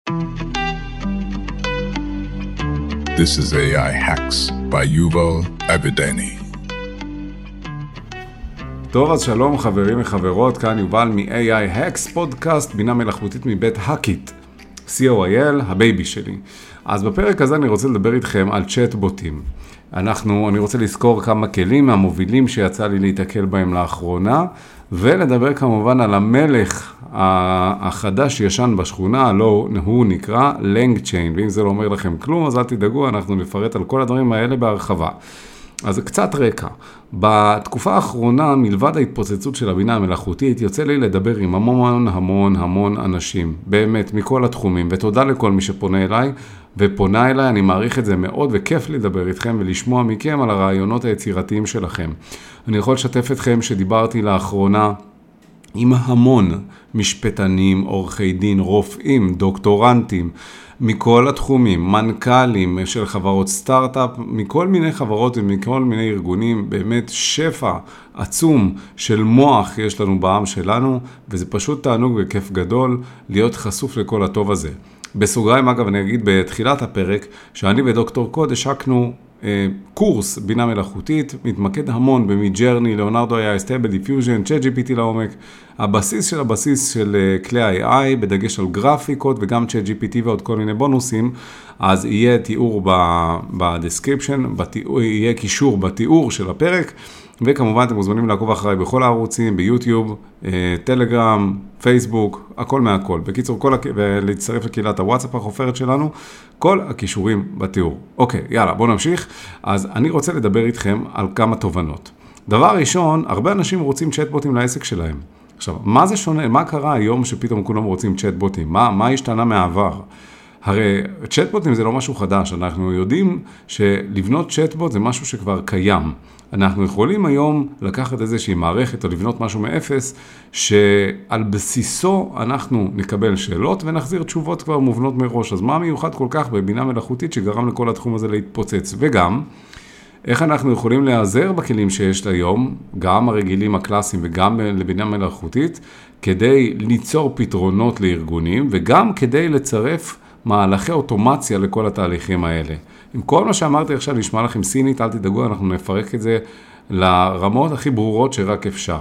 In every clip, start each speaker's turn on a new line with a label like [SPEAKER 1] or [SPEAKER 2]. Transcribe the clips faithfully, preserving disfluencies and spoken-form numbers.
[SPEAKER 1] This is A I Hacks by Yuval Avidani.
[SPEAKER 2] טוב, אז שלום חברים וחברות, כאן יובל מ-איי איי Hacks, פודקאסט בינה מלאכותית מבית Hackit, סי או איי אל, הבייבי שלי. אז בפרק הזה אני רוצה לדבר איתכם על צ'אטבוטים. אנחנו, אני רוצה לזכור כמה כלים מהמובילים שיצא לי להתקל בהם לאחרונה, ולדבר כמובן על המלך החדש ישן בשכונה, לא הוא נקרא LangChain, ואם זה לא אומר לכם כלום, אז אל תדאגו, אנחנו נפרט על כל הדברים האלה בהרחבה. אז קצת רקע. בתקופה האחרונה, מלבד ההתפוצצות של הבינה המלאכותית, יוצא לי לדבר עם המון המון המון אנשים, באמת, מכל התחומים, ותודה לכל מי שפונה אליי, ופונה אליי, אני מעריך את זה מאוד, וכיף לדבר איתכם ולשמוע מכם על הרעיונות היצירתיים שלכם. אני יכול לשתף אתכם שדיברתי לאחרונה עם המון משפטנים, עורכי דין, רופאים, דוקטורנטים, מכל התחומים, מנכ"לים של חברות סטארט-אפ, מכל מיני חברות ומכל מיני ארגונים, באמת שפע עצום של מוח יש לנו בעם שלנו, וזה פשוט תענוג וכיף גדול להיות חשוף לכל הטוב הזה. בסוגריים, אגב, אני אגיד בתחילת הפרק, שאני ודוקטור קוד השקנו אה, קורס בינה מלאכותית, מתמקד המון במידג'רני, ליאונרדו איי איי, סטייבל דיפיוז'ן, צ'אט ג'י פי טי לעומק, הבסיס של הבסיס של uh, כלי איי איי, בדגש על גרפיקות וגם צ'אט ג'י פי טי ועוד כל מיני בונוסים, אז יהיה תיאור בדסקריפשן, יהיה קישור בתיאור של הפרק, וכמובן אתם מוזמנים לעקוב אחריי בכל הערוצים, ביוטיוב, טלגרם, פייסבוק, הכל מהכל. בקיצור, כל, ולהצטרף לקהילת הוואטסאפ החופרת שלנו, כל הקישורים בתיאור. אוקיי, יאללה, בואו נמשיך. אז אני רוצה לדבר איתכם על כמה תובנות. דבר ראשון, הרבה אנשים רוצים צ'אטבוטים לעסק שלהם. עכשיו, מה זה שונה? מה קרה היום שפתאום כולם רוצים צ'אטבוטים? מה, מה השתנה מהעבר? הרי צ'אטבוטים זה לא משהו חדש, אנחנו יודעים שלבנות צ'אטבוט זה משהו שכבר קיים. אנחנו יכולים היום לקחת איזושהי מערכת או לבנות משהו מאפס, שעל בסיסו אנחנו נקבל שאלות ונחזיר תשובות כבר מובנות מראש. אז מה מיוחד כל כך בבינה מלאכותית שגרם לכל התחום הזה להתפוצץ? וגם, איך אנחנו יכולים להיעזר בכלים שיש היום, גם הרגילים הקלאסיים וגם לבינה מלאכותית, כדי ליצור פתרונות לארגונים וגם כדי לצרף מהלכי אוטומציה לכל התהליכים האלה. עם כל מה שאמרתי עכשיו נשמע לכם סינית, אל תדאגו, אנחנו נפרק את זה לרמות הכי ברורות שרק אפשר.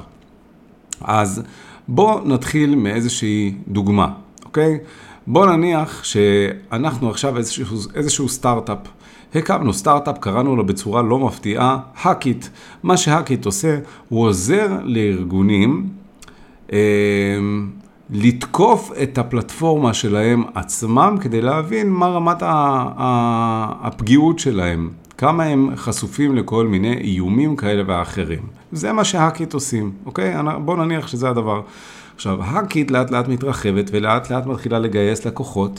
[SPEAKER 2] אז בואו נתחיל מאיזושהי דוגמה, אוקיי? בואו נניח שאנחנו עכשיו איזשהו, איזשהו סטארט-אפ, הקמנו סטארט-אפ, קראנו לו בצורה לא מפתיעה, Hackit. מה ש-Hackit עושה, הוא עוזר לארגונים אה, לתקוף את הפלטפורמה שלהם עצמם, כדי להבין מה רמת הפגיעות שלהם, כמה הם חשופים לכל מיני איומים כאלה ואחרים. זה מה ש-Hackit עושים, אוקיי? בואו נניח שזה הדבר. עכשיו, Hackit לאט לאט מתרחבת ולאט לאט מתחילה לגייס לקוחות,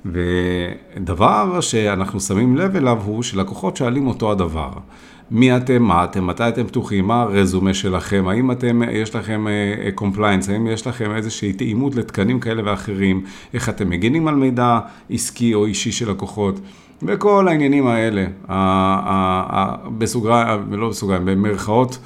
[SPEAKER 2] ודבר שאנחנו שמים לב אליו הוא שלקוחות שואלים אותו הדבר. מי אתם, מה אתם, מתי אתם פתוחים, מה הרזומה שלכם, האם אתם, יש לכם compliance, האם יש לכם איזושהי תאימות לתקנים כאלה ואחרים, איך אתם מגנים על מידע עסקי או אישי של לקוחות, וכל העניינים האלה, בסוגריים, לא בסוגריים, במרכאות,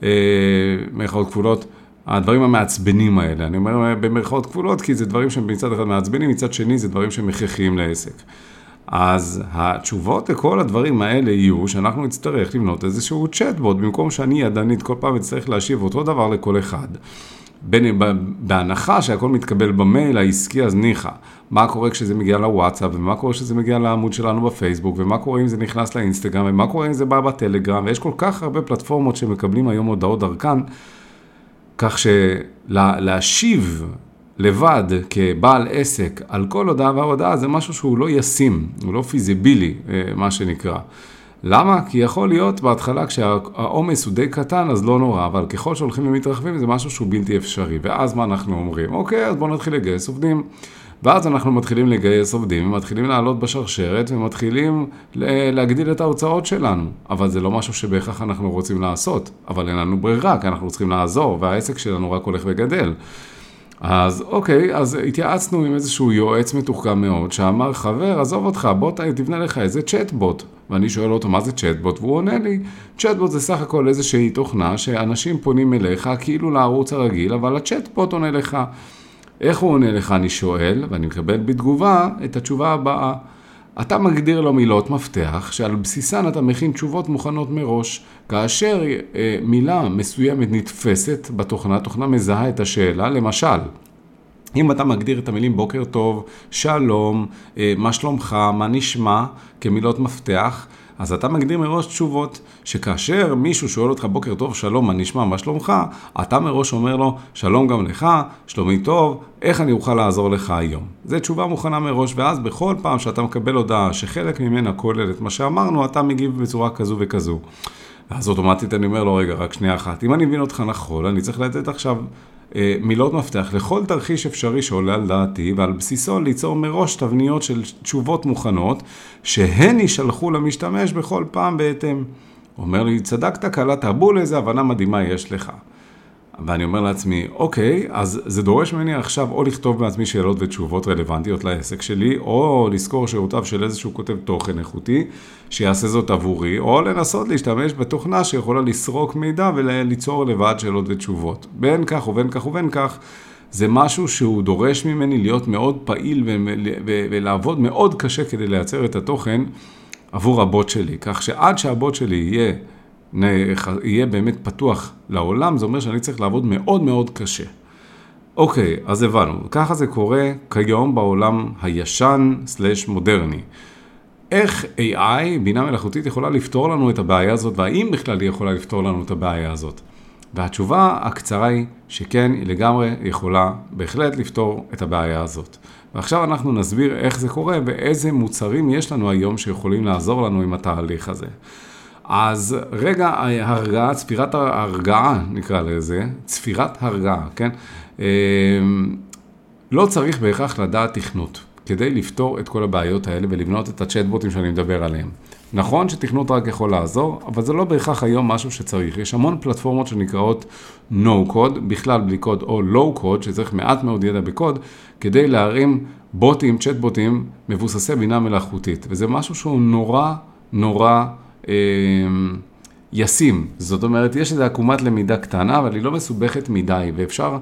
[SPEAKER 2] מרכאות כפולות, הדברים המעצבנים האלה, אני אומר במרכאות כפולות, כי זה דברים שהם מצד אחד מעצבנים, מצד שני זה דברים שמכרחיים לעסק. אז התשובות לכל הדברים האלה יהיו שאנחנו נצטרך לבנות איזשהו צ'אטבוט, במקום שאני ידנית כל פעם אצטרך להשיב אותו דבר לכל אחד. בין, בהנחה שהכל מתקבל במייל העסקי, אז ניחא. מה קורה כשזה מגיע לוואטסאפ, ומה קורה כשזה מגיע לעמוד שלנו בפייסבוק, ומה קורה אם זה נכנס לאינסטגרם, ומה קורה אם זה בא בטלגרם, ויש כל כך הרבה פלטפורמות שמקבלים היום הודעות דרכן, כך שלהשיב לבד כבעל עסק על כל הודעה וההודעה זה משהו שהוא לא ישים, הוא לא פיזיבילי, מה שנקרא. למה? כי יכול להיות בהתחלה כשהעומס הוא די קטן אז לא נורא, אבל ככל שהולכים ומתרחבים זה משהו שהוא בלתי אפשרי. ואז מה אנחנו אומרים? אוקיי, אז בואו נתחיל לגייס עובדים. ואז אנחנו מתחילים לגייס עובדים, מתחילים לעלות בשרשרת ומתחילים להגדיל את ההוצאות שלנו. אבל זה לא משהו שבהכרח אנחנו רוצים לעשות. אבל אין לנו ברירה, כי אנחנו צריכים לעזור, והעסק שלנו רק הולך וגדל. אז אוקיי, אז התייעצנו עם איזשהו יועץ מתוחכם מאוד, שאמר, חבר, עזוב אותך, בוא תבנה לך איזה צ'אטבוט. ואני שואל אותו, מה זה צ'אטבוט? והוא עונה לי, צ'אטבוט זה סך הכל איזושהי תוכנה, שאנשים פונים אליך כאילו לערוץ הרגיל, אבל הצ'אטבוט עונה לך. איך הוא עונה לך, אני שואל, ואני מקבל בתגובה את התשובה הבאה. אתה מגדיר לו מילות מפתח, שעל בסיסן אתה מכין תשובות מוכנות מראש. כאשר אה, מילה מסוימת נתפסת בתוכנה, תוכנה מזהה את השאלה, למשל, אם אתה מגדיר את המילים בוקר טוב, שלום, אה, מה שלומך, מה נשמע, כמילות מפתח, אז אתה מגדיר מראש תשובות שכאשר מישהו שואל אותך בוקר טוב, שלום, מה נשמע, מה שלומך, אתה מראש אומר לו, שלום גם לך, שלומי טוב, איך אני אוכל לעזור לך היום? זו תשובה מוכנה מראש, ואז בכל פעם שאתה מקבל הודעה שחלק ממנה כולל את מה שאמרנו, אתה מגיב בצורה כזו וכזו. אז אוטומטית אני אומר לו, רגע, רק שנייה אחת, אם אני מבין אותך נכון, אני צריך לתת עכשיו אה, מילות מפתח לכל תרחיש אפשרי שעולה על דעתי, ועל בסיסו ליצור מראש תבניות של תשובות מוכנות, שהן ישלחו למשתמש בכל פעם בהתאם. הוא אומר לי, צדקת, קלעת בול, איזה הבנה מדהימה יש לך. ואני אומר לעצמי, אוקיי, אז זה דורש ממני עכשיו או לכתוב בעצמי שאלות ותשובות רלוונטיות לעסק שלי, או לזכור שירותיו של איזשהו כותב תוכן איכותי, שיעשה זאת עבורי, או לנסות להשתמש בתוכנה שיכולה לסרוק מידע וליצור לבד שאלות ותשובות. בין כך ובין כך ובין כך, זה משהו שהוא דורש ממני להיות מאוד פעיל ולעבוד מאוד קשה כדי לייצר את התוכן עבור הבוט שלי. כך שעד שהבוט שלי יהיה יהיה באמת פתוח לעולם, זה אומר שאני צריך לעבוד מאוד מאוד קשה. אוקיי, אז הבנו. ככה זה קורה כיום בעולם הישן סלש מודרני. איך איי איי, בינה מלאכותית, יכולה לפתור לנו את הבעיה הזאת, והאם בכלל היא יכולה לפתור לנו את הבעיה הזאת? והתשובה הקצרה היא שכן, היא לגמרי יכולה בהחלט לפתור את הבעיה הזאת. ועכשיו אנחנו נסביר איך זה קורה, ואיזה מוצרים יש לנו היום שיכולים לעזור לנו עם התהליך הזה. אז רגע ההרגעה, צפירת ההרגעה נקרא לזה, צפירת הרגעה, כן? לא צריך בהכרח לדעת תכנות, כדי לפתור את כל הבעיות האלה ולבנות את הצ'טבוטים שאני מדבר עליהם. נכון שתכנות רק יכול לעזור, אבל זה לא בהכרח היום משהו שצריך. יש המון פלטפורמות שנקראות no code, בכלל בלי קוד, או low code, שצריך מעט מאוד ידע בקוד, כדי להרים בוטים, צ'טבוטים, מבוססי בינה מלאכותית. וזה משהו שהוא נורא, נורא ישים. זאת אומרת, יש איזו עקומת למידה קטנה, אבל היא לא מסובכת מדי, ואפשר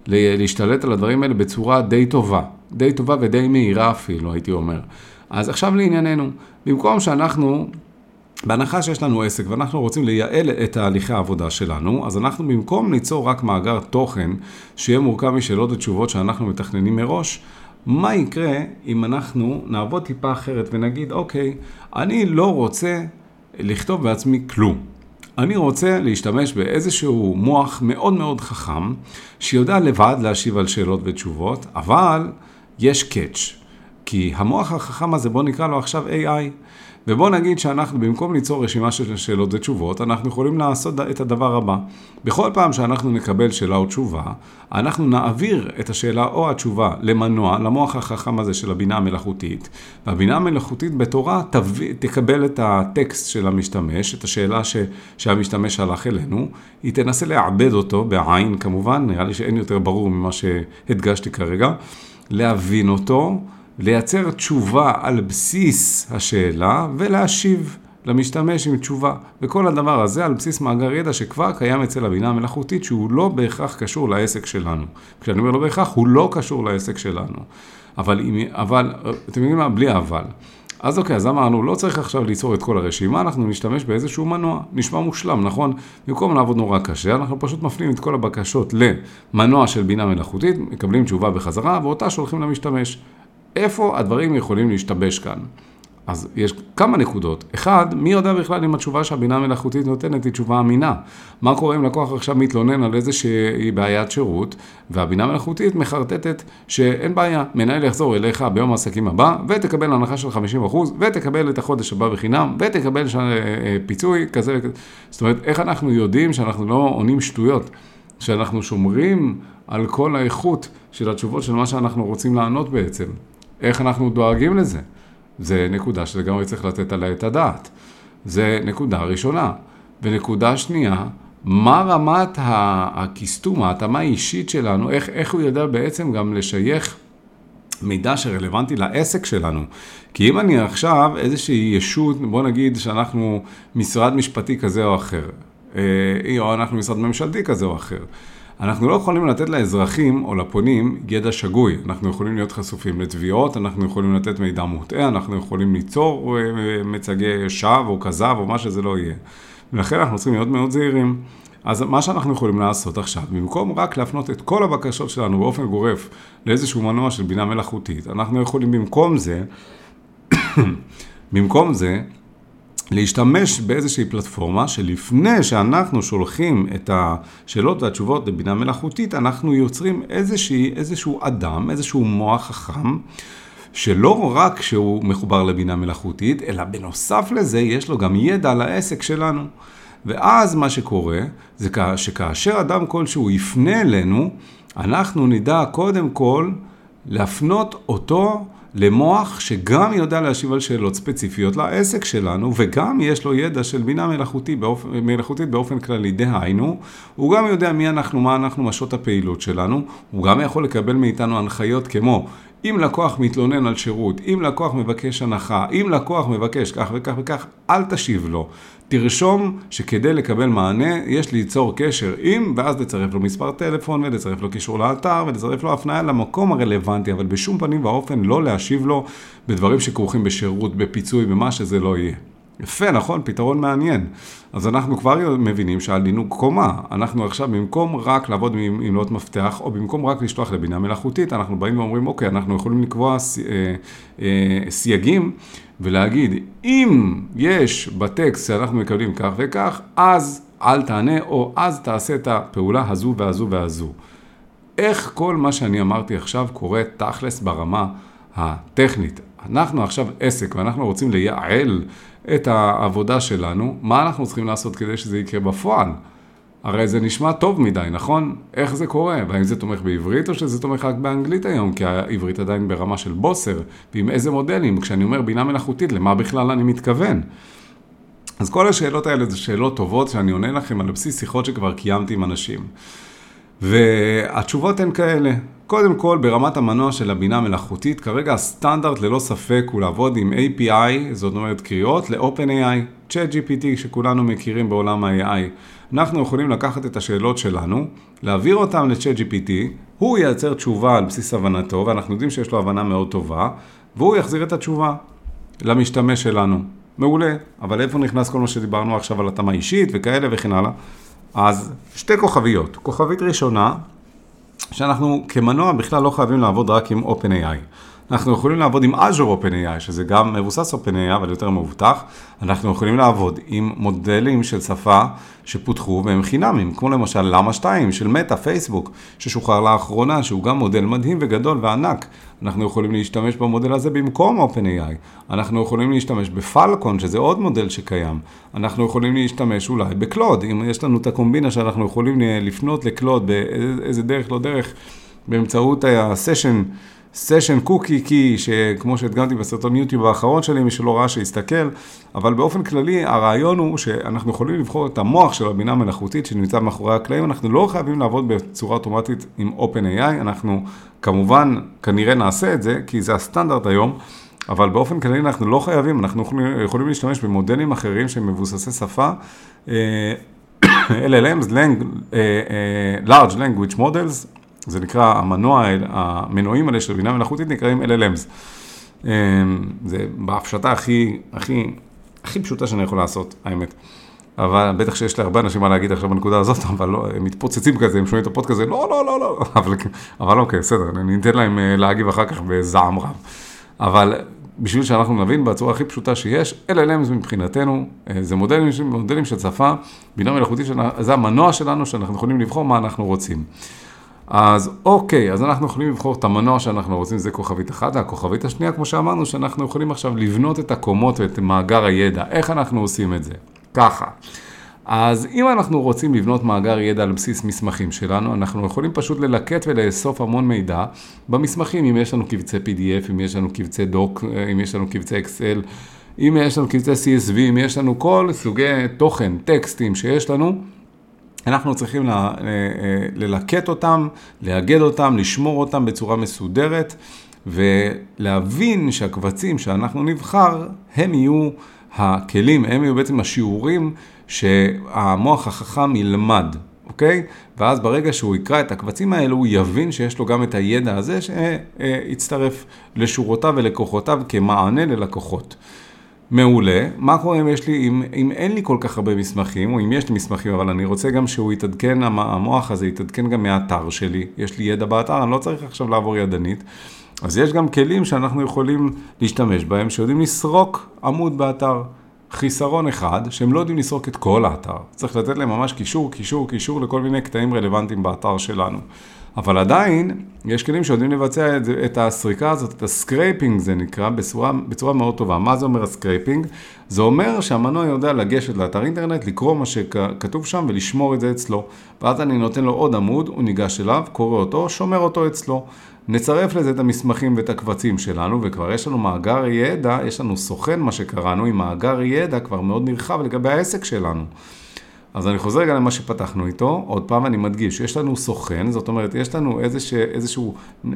[SPEAKER 2] להשתלט על הדברים האלה בצורה די טובה. די טובה ודי מהירה אפילו, הייתי אומר. אז עכשיו לענייננו. במקום שאנחנו, בהנחה שיש לנו עסק, ואנחנו רוצים לייעל את תהליכי העבודה שלנו, אז אנחנו במקום ליצור רק מאגר תוכן, שיהיה מורכב משאלות ותשובות שאנחנו מתכננים מראש, מה יקרה אם אנחנו נעבוד טיפה אחרת ונגיד, אוקיי, אני לא רוצה לכתוב בעצמי כלום. אני רוצה להשתמש באיזשהו מוח מאוד מאוד חכם, שיודע לבד להשיב על שאלות ותשובות, אבל יש קאץ'. כי המוח החכם הזה, בוא נקרא לו עכשיו איי איי, ובוא נגיד שאנחנו במקום ליצור רשימה של שאלות ותשובות, אנחנו יכולים לעשות את הדבר הבא. בכל פעם שאנחנו נקבל שאלה או תשובה, אנחנו נעביר את השאלה או התשובה למנוע, למוח החכם הזה של הבינה המלאכותית, והבינה המלאכותית בתורה תביא, תקבל את הטקסט של המשתמש, את השאלה ש, שהמשתמש שלח אלינו, היא תנסה לעבד אותו בעין כמובן, נראה לי שאין יותר ברור ממה שהדגשתי כרגע, להבין אותו, לייצר תשובה על בסיס השאלה ולהשיב למשתמש עם תשובה. וכל הדבר הזה על בסיס מאגר ידע שכבר קיים אצל הבינה המלאכותית, שהוא לא בהכרח קשור לעסק שלנו. כשאני אומר לא בהכרח, הוא לא קשור לעסק שלנו. אבל, אבל אתם יודעים מה? בלי אבל. אז אוקיי, אז אמרנו, לא צריך עכשיו ליצור את כל הרשימה, אנחנו נשתמש באיזשהו מנוע. נשמע מושלם, נכון? במקום לעבוד נורא קשה, אנחנו פשוט מפנים את כל הבקשות למנוע של בינה מלאכותית, מקבלים תשובה בחזרה, ואותה שולחים למשתמש. איפה הדברים יכולים להשתבש כאן? אז יש כמה נקודות. אחד, מי יודע בכלל אם התשובה שהבינה המלאכותית נותנת היא תשובה אמינה? מה קורה אם לקוח עכשיו מתלונן על איזושהי בעיית שירות, והבינה המלאכותית מחרטטת שאין בעיה, מנהל יחזור אליך ביום העסקים הבא, ותקבל הנחה של חמישים אחוז, ותקבל את החודש הבא בחינם, ותקבל פיצוי כזה וכזה. זאת אומרת, איך אנחנו יודעים שאנחנו לא עונים שטויות, שאנחנו שומרים על כל האיכות של התשובות של מה שאנחנו רוצים לענות בעצם? איך אנחנו דואגים לזה? זה נקודה שזה גם צריך לתת עליה את הדעת. זה נקודה ראשונה. ונקודה שנייה, מה רמת הכיסטום, ההתאמה האישית שלנו, איך, איך הוא יודע בעצם גם לשייך מידע שרלוונטי לעסק שלנו. כי אם אני עכשיו איזושהי ישות, בוא נגיד שאנחנו משרד משפטי כזה או אחר, או אנחנו משרד ממשלתי כזה או אחר, אנחנו לא יכולים לתת לאזרחים או לפונים ידע שגוי. אנחנו יכולים להיות חשופים לתביעות, אנחנו יכולים לתת מידע מוטעה, אנחנו יכולים ליצור מצגי שווא או כזב או מה שזה לא יהיה. ולכן אנחנו צריכים להיות מאוד זהירים. אז מה שאנחנו יכולים לעשות עכשיו, במקום רק להפנות את כל הבקשות שלנו באופן גורף לאיזשהו מנוע של בינה מלאכותית, אנחנו יכולים במקום זה, במקום זה, להשתמש באיזושהי פלטפורמה שלפני שאנחנו שולחים את השאלות והתשובות לבינה מלאכותית, אנחנו יוצרים איזושהי, איזשהו אדם, איזשהו מוח חכם, שלא רק שהוא מחובר לבינה מלאכותית, אלא בנוסף לזה יש לו גם ידע על העסק שלנו. ואז מה שקורה זה שכאשר אדם כלשהו יפנה אלינו, אנחנו נדע קודם כל להפנות אותו למוח שגם יודע להשיב על שאלות ספציפיות לעסק שלנו, וגם יש לו ידע של בינה מלאכותית באופן, מלאכותית באופן כללי. דהיינו, הוא גם יודע מי אנחנו, מה אנחנו, משעות הפעילות שלנו, הוא גם יכול לקבל מאיתנו הנחיות כמו, אם לקוח מתלונן על שירות, אם לקוח מבקש הנחה, אם לקוח מבקש כך וכך וכך, אל תשיב לו. תרשום שכדי לקבל מענה יש ליצור קשר עם, ואז לצרף לו מספר טלפון, ולצרף לו קישור לאתר, ולצרף לו הפניה למקום הרלוונטי, אבל בשום פנים ואופן לא להשיב לו בדברים שכרוכים בשירות, בפיצוי, במה שזה לא יהיה. יפה, נכון? פתרון מעניין. אז אנחנו כבר מבינים שעלינו קומה. אנחנו עכשיו במקום רק לעבוד עם עמלות מפתח, או במקום רק לשלוח לבינה מלאכותית, אנחנו באים ואומרים, אוקיי, אנחנו יכולים לקבוע סייגים, ולהגיד, אם יש בטקסט שאנחנו מקבלים כך וכך, אז אל תענה, או אז תעשה את הפעולה הזו והזו והזו. איך כל מה שאני אמרתי עכשיו קורה תכלס ברמה הטכנית? אנחנו עכשיו עסק, ואנחנו רוצים לייעל את העבודה שלנו, מה אנחנו צריכים לעשות כדי שזה יקרה בפועל? הרי זה נשמע טוב מדי, נכון? איך זה קורה? והאם זה תומך בעברית או שזה תומך רק באנגלית היום? כי העברית עדיין ברמה של בוסר, ועם איזה מודלים? כשאני אומר בינה מלאכותית, למה בכלל אני מתכוון? אז כל השאלות האלה זה שאלות טובות שאני עונה לכם על בסיס שיחות שכבר קיימתי עם אנשים. והתשובות הן כאלה. קודם כל, ברמת המנוע של הבינה מלאכותית, כרגע הסטנדרט ללא ספק הוא לעבוד עם איי פי איי, זאת אומרת קריאות ל-OpenAI, ChatGPT שכולנו מכירים בעולם ה-איי איי. אנחנו יכולים לקחת את השאלות שלנו, להעביר אותם ל-ChatGPT, הוא ייצר תשובה על בסיס הבנתו, ואנחנו יודעים שיש לו הבנה מאוד טובה, והוא יחזיר את התשובה למשתמש שלנו. מעולה, אבל איפה נכנס כל מה שדיברנו עכשיו על התאמה אישית וכאלה וכן הלאה? אז שתי כוכביות. כוכבית ראשונה, שאנחנו כמנוע בכלל לא חייבים לעבוד רק עם OpenAI. אנחנו יכולים לעבוד עם Azure OpenAI, שזה גם מבוסס OpenAI, אבל יותר מבוטח. אנחנו יכולים לעבוד עם מודלים של שפה שפותחו והם חינמים, כמו למשל למה שתיים של מטה, פייסבוק, ששוחרר לאחרונה, שהוא גם מודל מדהים וגדול וענק. אנחנו יכולים להשתמש במודל הזה במקום OpenAI. אנחנו יכולים להשתמש בפלקון, שזה עוד מודל שקיים. אנחנו יכולים להשתמש אולי בקלוד, אם יש לנו את הקומבינה שאנחנו יכולים לפנות לקלוד באיזה דרך לא דרך, באמצעות הסשן, סשן קוקי קי, שכמו שהדגמתי בסרטון יוטיוב האחרון שלי, מי שלא ראה שיסתכל, אבל באופן כללי הרעיון הוא שאנחנו יכולים לבחור את המוח של הבינה מלאכותית שנמצא מאחורי הקלעים, אנחנו לא חייבים לעבוד בצורה אוטומטית עם OpenAI, אנחנו כמובן כנראה נעשה את זה, כי זה הסטנדרט היום, אבל באופן כללי אנחנו לא חייבים, אנחנו יכולים להשתמש במודלים אחרים שמבוססי שפה, אל אל אמס, Large Language Models, זה נקרא המנוע, המנועים האלה של בינה מלאכותית נקראים אל אל אמס. זה בהפשטה הכי, הכי, הכי פשוטה שאני יכול לעשות, האמת. אבל בטח שיש לי הרבה אנשים מה להגיד עכשיו בנקודה הזאת, אבל לא, הם מתפוצצים כזה, הם שומעים את הפודקאסט כזה, לא, לא, לא, לא. אבל, אבל אוקיי, בסדר, אני אתן להם להגיב אחר כך בזעם רב. אבל בשביל שאנחנו נבין בצורה הכי פשוטה שיש, אל אל אמס מבחינתנו, זה מודלים, מודלים של שפה, בינה מלאכותית, זה המנוע שלנו שאנחנו יכולים לבחור מה אנחנו רוצים. אז אוקיי, אז אנחנו יכולים לבחור את המנוע שאנחנו רוצים, זה כוכבית אחת. הכוכבית השנייה, כמו שאמרנו, שאנחנו יכולים עכשיו לבנות את הקומות ואת מאגר הידע. איך אנחנו עושים את זה? ככה. אז אם אנחנו רוצים לבנות מאגר ידע על בסיס מסמכים שלנו, אנחנו יכולים פשוט ללקט ולאסוף המון מידע במסמכים, אם יש לנו קבצי פי די אף, אם יש לנו קבצי דוק, אם יש לנו קבצי אקסל, אם יש לנו קבצי סי אס וי, אם יש לנו כל סוגי תוכן, טקסטים שיש לנו, אנחנו צריכים ל- ללקט אותם, לאגד אותם, לשמור אותם בצורה מסודרת, ולהבין שהקבצים שאנחנו נבחר, הם יהיו הכלים, הם יהיו בעצם השיעורים שהמוח החכם ילמד. אוקיי? ואז ברגע שהוא יקרא את הקבצים האלו, הוא יבין שיש לו גם את הידע הזה שיצטרף לשורותיו ולקוחותיו כמענה ללקוחות. מעולה. מה קורה אם יש לי, אם, אם אין לי כל כך הרבה מסמכים, או אם יש לי מסמכים, אבל אני רוצה גם שהוא יתעדכן, המוח הזה יתעדכן גם מהאתר שלי. יש לי ידע באתר, אני לא צריך עכשיו לעבור ידנית. אז יש גם כלים שאנחנו יכולים להשתמש בהם, שיודעים לסרוק עמוד באתר. חיסרון אחד, שהם לא יודעים לסרוק את כל האתר. צריך לתת להם ממש קישור, קישור, קישור לכל מיני קטעים רלוונטיים באתר שלנו. אבל עדיין, יש כלים שיודעים לבצע את, את הסריקה הזאת, את הסקרייפינג זה נקרא, בצורה, בצורה מאוד טובה. מה זה אומר הסקרייפינג? זה אומר שהמנוע יודע לגשת לאתר אינטרנט, לקרוא מה שכתוב שם ולשמור את זה אצלו. ואז אני נותן לו עוד עמוד, הוא ניגש אליו, קורא אותו, שומר אותו אצלו. נצרף לזה את המסמכים ואת הקבצים שלנו, וכבר יש לנו מאגר ידע, יש לנו סוכן מה שקראנו, עם מאגר ידע כבר מאוד נרחב לגבי העסק שלנו. אז אני חוזר רגע למה שפתחנו איתו, עוד פעם אני מדגיש, יש לנו סוכן, זאת אומרת, יש לנו איזשה, איזשהו,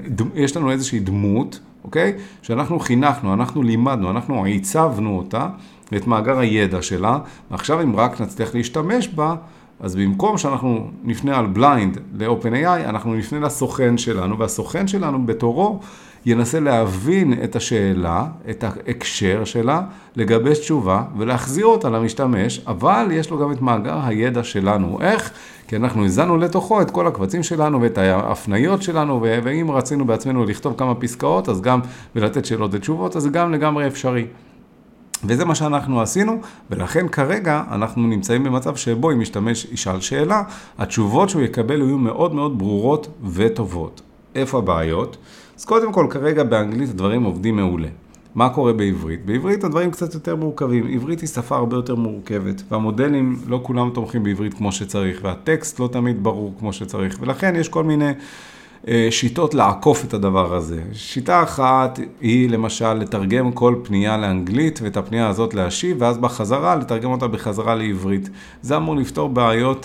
[SPEAKER 2] יש לנו איזושהי דמות, אוקיי? שאנחנו חינכנו, אנחנו לימדנו, אנחנו עיצבנו אותה, את מאגר הידע שלה, ועכשיו אם רק נצליח להשתמש בה, אז במקום שאנחנו נפנה על בליינד ל-OpenAI, אנחנו נפנה לסוכן שלנו, והסוכן שלנו בתורו ינסה להבין את השאלה, את ההקשר שלה, לגבש תשובה ולהחזיר אותה למשתמש, אבל יש לו גם את מאגר הידע שלנו. איך? כי אנחנו הזנו לתוכו את כל הקבצים שלנו ואת ההפניות שלנו, ואם רצינו בעצמנו לכתוב כמה פסקאות, אז גם ולתת שאלות ותשובות, אז זה גם לגמרי אפשרי. וזה מה שאנחנו עשינו, ולכן כרגע אנחנו נמצאים במצב שבו אם משתמש ישאל שאלה, התשובות שהוא יקבל יהיו מאוד מאוד ברורות וטובות. איפה הבעיות? אז קודם כל, כרגע באנגלית הדברים עובדים מעולה. מה קורה בעברית? בעברית הדברים קצת יותר מורכבים. עברית היא שפה הרבה יותר מורכבת, והמודלים לא כולם תומכים בעברית כמו שצריך, והטקסט לא תמיד ברור כמו שצריך, ולכן יש כל מיני שיטות לעקוף את הדבר הזה. שיטה אחת היא למשל לתרגם כל פנייה לאנגלית ואת הפנייה הזאת להשיב, ואז בחזרה לתרגם אותה בחזרה לעברית. זה אמור לפתור בעיות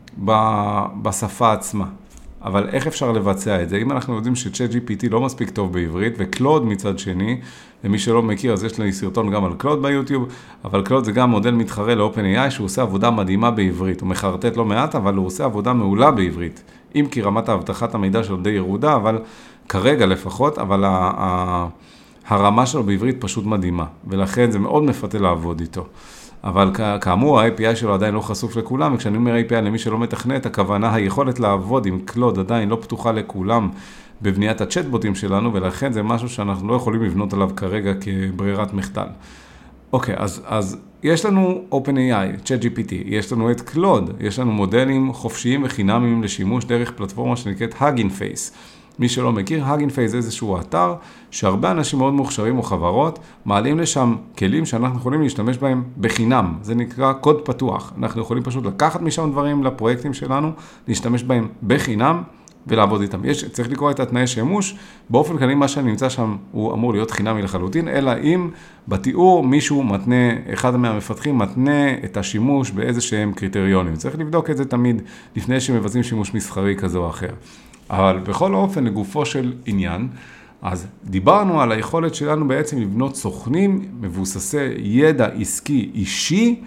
[SPEAKER 2] בשפה עצמה. אבל איך אפשר לבצע את זה? אם אנחנו יודעים ש-צ'אט ג'י פי טי לא מספיק טוב בעברית, וקלוד מצד שני, למי שלא מכיר, אז יש לי סרטון גם על קלוד ביוטיוב, אבל קלוד זה גם מודל מתחרה ל-OpenAI, שהוא עושה עבודה מדהימה בעברית. הוא מחרטט לא מעט, אבל הוא עושה עבודה מעולה בעברית. אם כי רמת האבטחת המידע שלו די ירודה, אבל כרגע לפחות, אבל ה- ה- הרמה שלו בעברית פשוט מדהימה, ולכן זה מאוד מפתה לעבוד איתו. אבל כאמור, ה-איי פי איי שלו עדיין לא חשוף לכולם, וכשאני אומר איי פי איי למי שלא מתכנת, הכוונה, היכולת לעבוד עם קלוד עדיין לא פתוחה לכולם בבניית הצ'טבוטים שלנו, ולכן זה משהו שאנחנו לא יכולים לבנות עליו כרגע כברירת מחדל. אוקיי, אז, אז יש לנו OpenAI, צ'אט ג'י פי טי, יש לנו את קלוד, יש לנו מודלים חופשיים וחינמיים לשימוש דרך פלטפורמה שנקראת Hugging Face. מי שלא מכיר, Hugging Face זה איזשהו אתר שהרבה אנשים מאוד מוכשרים או חברות מעלים לשם כלים שאנחנו יכולים להשתמש בהם בחינם. זה נקרא קוד פתוח. אנחנו יכולים פשוט לקחת משם דברים לפרויקטים שלנו, להשתמש בהם בחינם ולעבוד איתם. יש, צריך לקרוא את התנאי שימוש. באופן כללי מה שנמצא שם הוא אמור להיות חינמי לחלוטין, אלא אם בתיאור מישהו מתנה, אחד מהמפתחים מתנה את השימוש באיזה שהם קריטריונים. צריך לבדוק את זה תמיד לפני שמבצעים שימוש מסחרי כזה או אחר. אבל בכל אופן, לגופו של עניין, אז דיברנו על היכולת שלנו בעצם לבנות סוכנים מבוססי ידע עסקי אישי,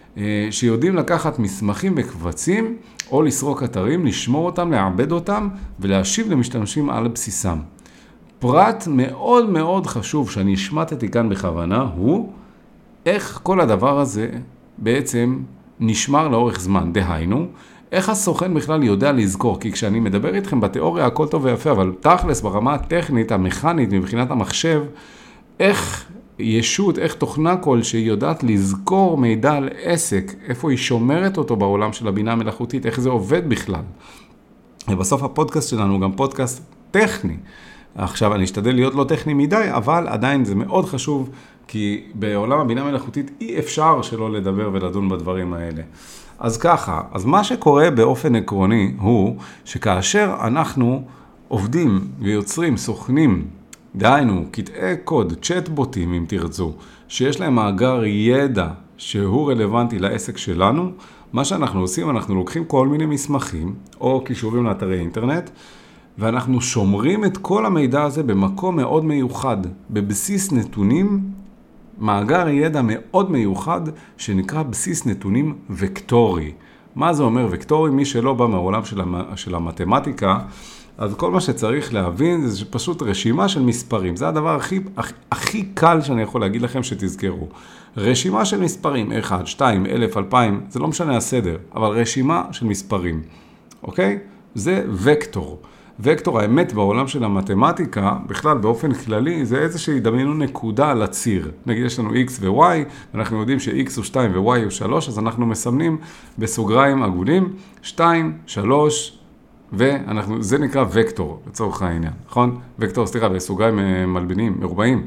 [SPEAKER 2] שיודעים לקחת מסמכים וקבצים, או לסרוק אתרים, לשמור אותם, לעבד אותם, ולהשיב למשתמשים על בסיסם. פרט מאוד מאוד חשוב שאני השמטתי כאן בכוונה, הוא איך כל הדבר הזה בעצם נשמר לאורך זמן. דהיינו, איך הסוכן בכלל יודע לזכור? כי כשאני מדבר איתכם בתיאוריה הכל טוב ויפה, אבל תכלס ברמה הטכנית, המכנית, מבחינת המחשב, איך ישות, איך תוכנה כלשהי יודעת לזכור מידע על עסק, איפה היא שומרת אותו בעולם של הבינה המלאכותית, איך זה עובד בכלל. ובסוף הפודקאסט שלנו הוא גם פודקאסט טכני. עכשיו אני אשתדל להיות לא טכני מדי, אבל עדיין זה מאוד חשוב, כי בעולם הבינה המלאכותית אי אפשר שלא לדבר ולדון בדברים האלה. אז ככה, אז מה שקורה באופן עקרוני הוא שכאשר אנחנו עובדים ויוצרים סוכנים, דהיינו, קטעי קוד, צ'טבוטים אם תרצו, שיש להם מאגר ידע שהוא רלוונטי לעסק שלנו, מה שאנחנו עושים, אנחנו לוקחים כל מיני מסמכים או קישורים לאתרי אינטרנט, ואנחנו שומרים את כל המידע הזה במקום מאוד מיוחד, בבסיס נתונים, מאגר ידע מאוד מיוחד שנקרא בסיס נתונים וקטורי. מה זה אומר וקטורי? מי שלא בא מהעולם של, המ... של המתמטיקה, אז כל מה שצריך להבין זה פשוט רשימה של מספרים. זה הדבר הכי, הכי, הכי קל שאני יכול להגיד לכם שתזכרו. רשימה של מספרים, אחד, שתיים, אלף, אלפיים, זה לא משנה הסדר, אבל רשימה של מספרים, אוקיי? זה וקטור. וקטור, האמת בעולם של המתמטיקה, בכלל באופן כללי, זה איזושהי דמיינו נקודה על הציר. נגיד יש לנו x ו-y, ואנחנו יודעים ש-x הוא שתיים ו-y הוא שלוש, אז אנחנו מסמנים בסוגריים עגולים, שתיים, שלוש, ואנחנו, זה נקרא וקטור, לצורך העניין, נכון? וקטור, סליחה, בסוגריים מלבינים, מרובעים,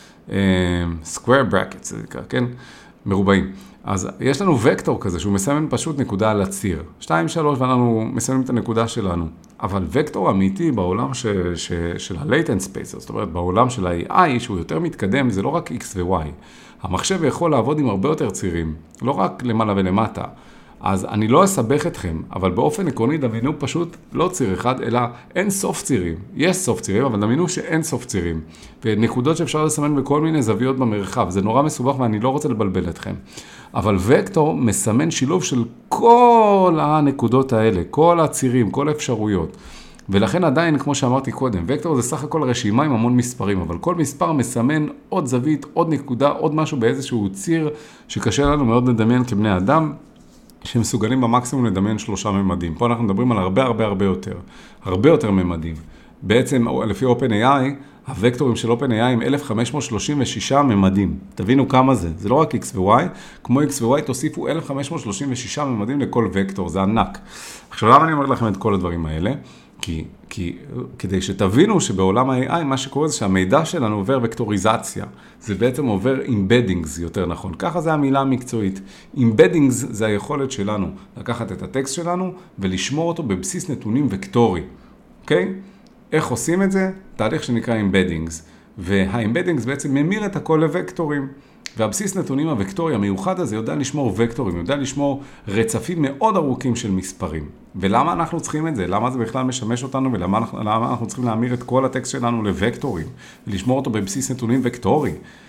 [SPEAKER 2] square brackets, זה נקרא, כן? מרובעים. אז יש לנו וקטור כזה, שהוא מסמן פשוט נקודה על הציר. שתיים, שלוש, ואנחנו מסמנים את הנקודה שלנו. אבל וקטור אמיתי בעולם ש, ש, של ה-latent space, זאת אומרת, בעולם של ה-איי איי, שהוא יותר מתקדם, זה לא רק x ו-y. המחשב יכול לעבוד עם הרבה יותר צירים, לא רק למעלה ולמטה. אז אני לא אסבך אתכם, אבל באופן עקרוני דמיינו פשוט לא ציר אחד, אלא אין סוף צירים. יש סוף צירים, אבל דמיינו שאין סוף צירים. ונקודות שאפשר לסמן בכל מיני זוויות במרחב. זה נורא מסובך ואני לא רוצה לבלבל אתכם. אבל וקטור מסמן שילוב של כל הנקודות האלה, כל הצירים, כל האפשרויות. ולכן עדיין, כמו שאמרתי קודם, וקטור זה סך הכל רשימה עם המון מספרים, אבל כל מספר מסמן עוד זווית, עוד נקודה, עוד משהו באיזשהו ציר שקשה לנו מאוד לדמיין כבני אדם. שמסוגלים במקסימום לדמיין שלושה ממדים. פה אנחנו מדברים על הרבה הרבה הרבה יותר. הרבה יותר ממדים. בעצם, לפי OpenAI, הוקטורים של OpenAI הם אלף חמש מאות שלושים ושישה ממדים. תבינו כמה זה. זה לא רק X ו-Y. כמו X ו-Y תוסיפו אלף חמש מאות שלושים ושישה ממדים לכל וקטור. זה ענק. עכשיו, למה אני אומר לכם את כל הדברים האלה? כי, כי, כדי שתבינו שבעולם ה-איי איי, מה שקורה זה שהמידע שלנו עובר וקטוריזציה. זה בעצם עובר embeddings, יותר נכון. ככה זה המילה המקצועית. embeddings זה היכולת שלנו לקחת את הטקסט שלנו ולשמור אותו בבסיס נתונים וקטורי. אוקיי? איך עושים את זה? תהליך שנקרא embeddings. וה-embeddings בעצם ממיר את הכל לוקטורים. והבסיס נתונים הוקטורי המיוחד הזה יודע לשמור וקטורים, יודע לשמור רצפים מאוד ארוכים של מספרים. ולמה אנחנו צריכים את זה? למה זה בכלל משמש אותנו ולמה אנחנו, למה אנחנו צריכים להמיר את כל הטקסט שלנו לוקטורים ולשמור אותו בבסיס נתונים וקטורי?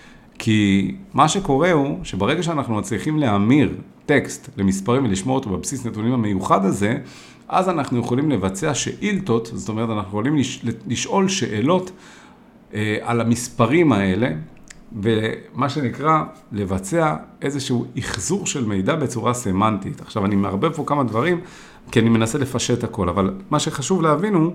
[SPEAKER 2] כי מה שקורה הוא שברגע שאנחנו מצליחים להמיר טקסט למספרים ולשמור אותו בבסיס נתונים המיוחד הזה, אז אנחנו יכולים לבצע שאילתות, זאת אומרת אנחנו יכולים לשאול שאלות אה, על המספרים האלה, ומה שנקרא לבצע איזשהו יחזור של מידע בצורה סמנטית. עכשיו אני מערבב פה כמה דברים, כי אני מנסה לפשט הכל, אבל מה שחשוב להבין הוא,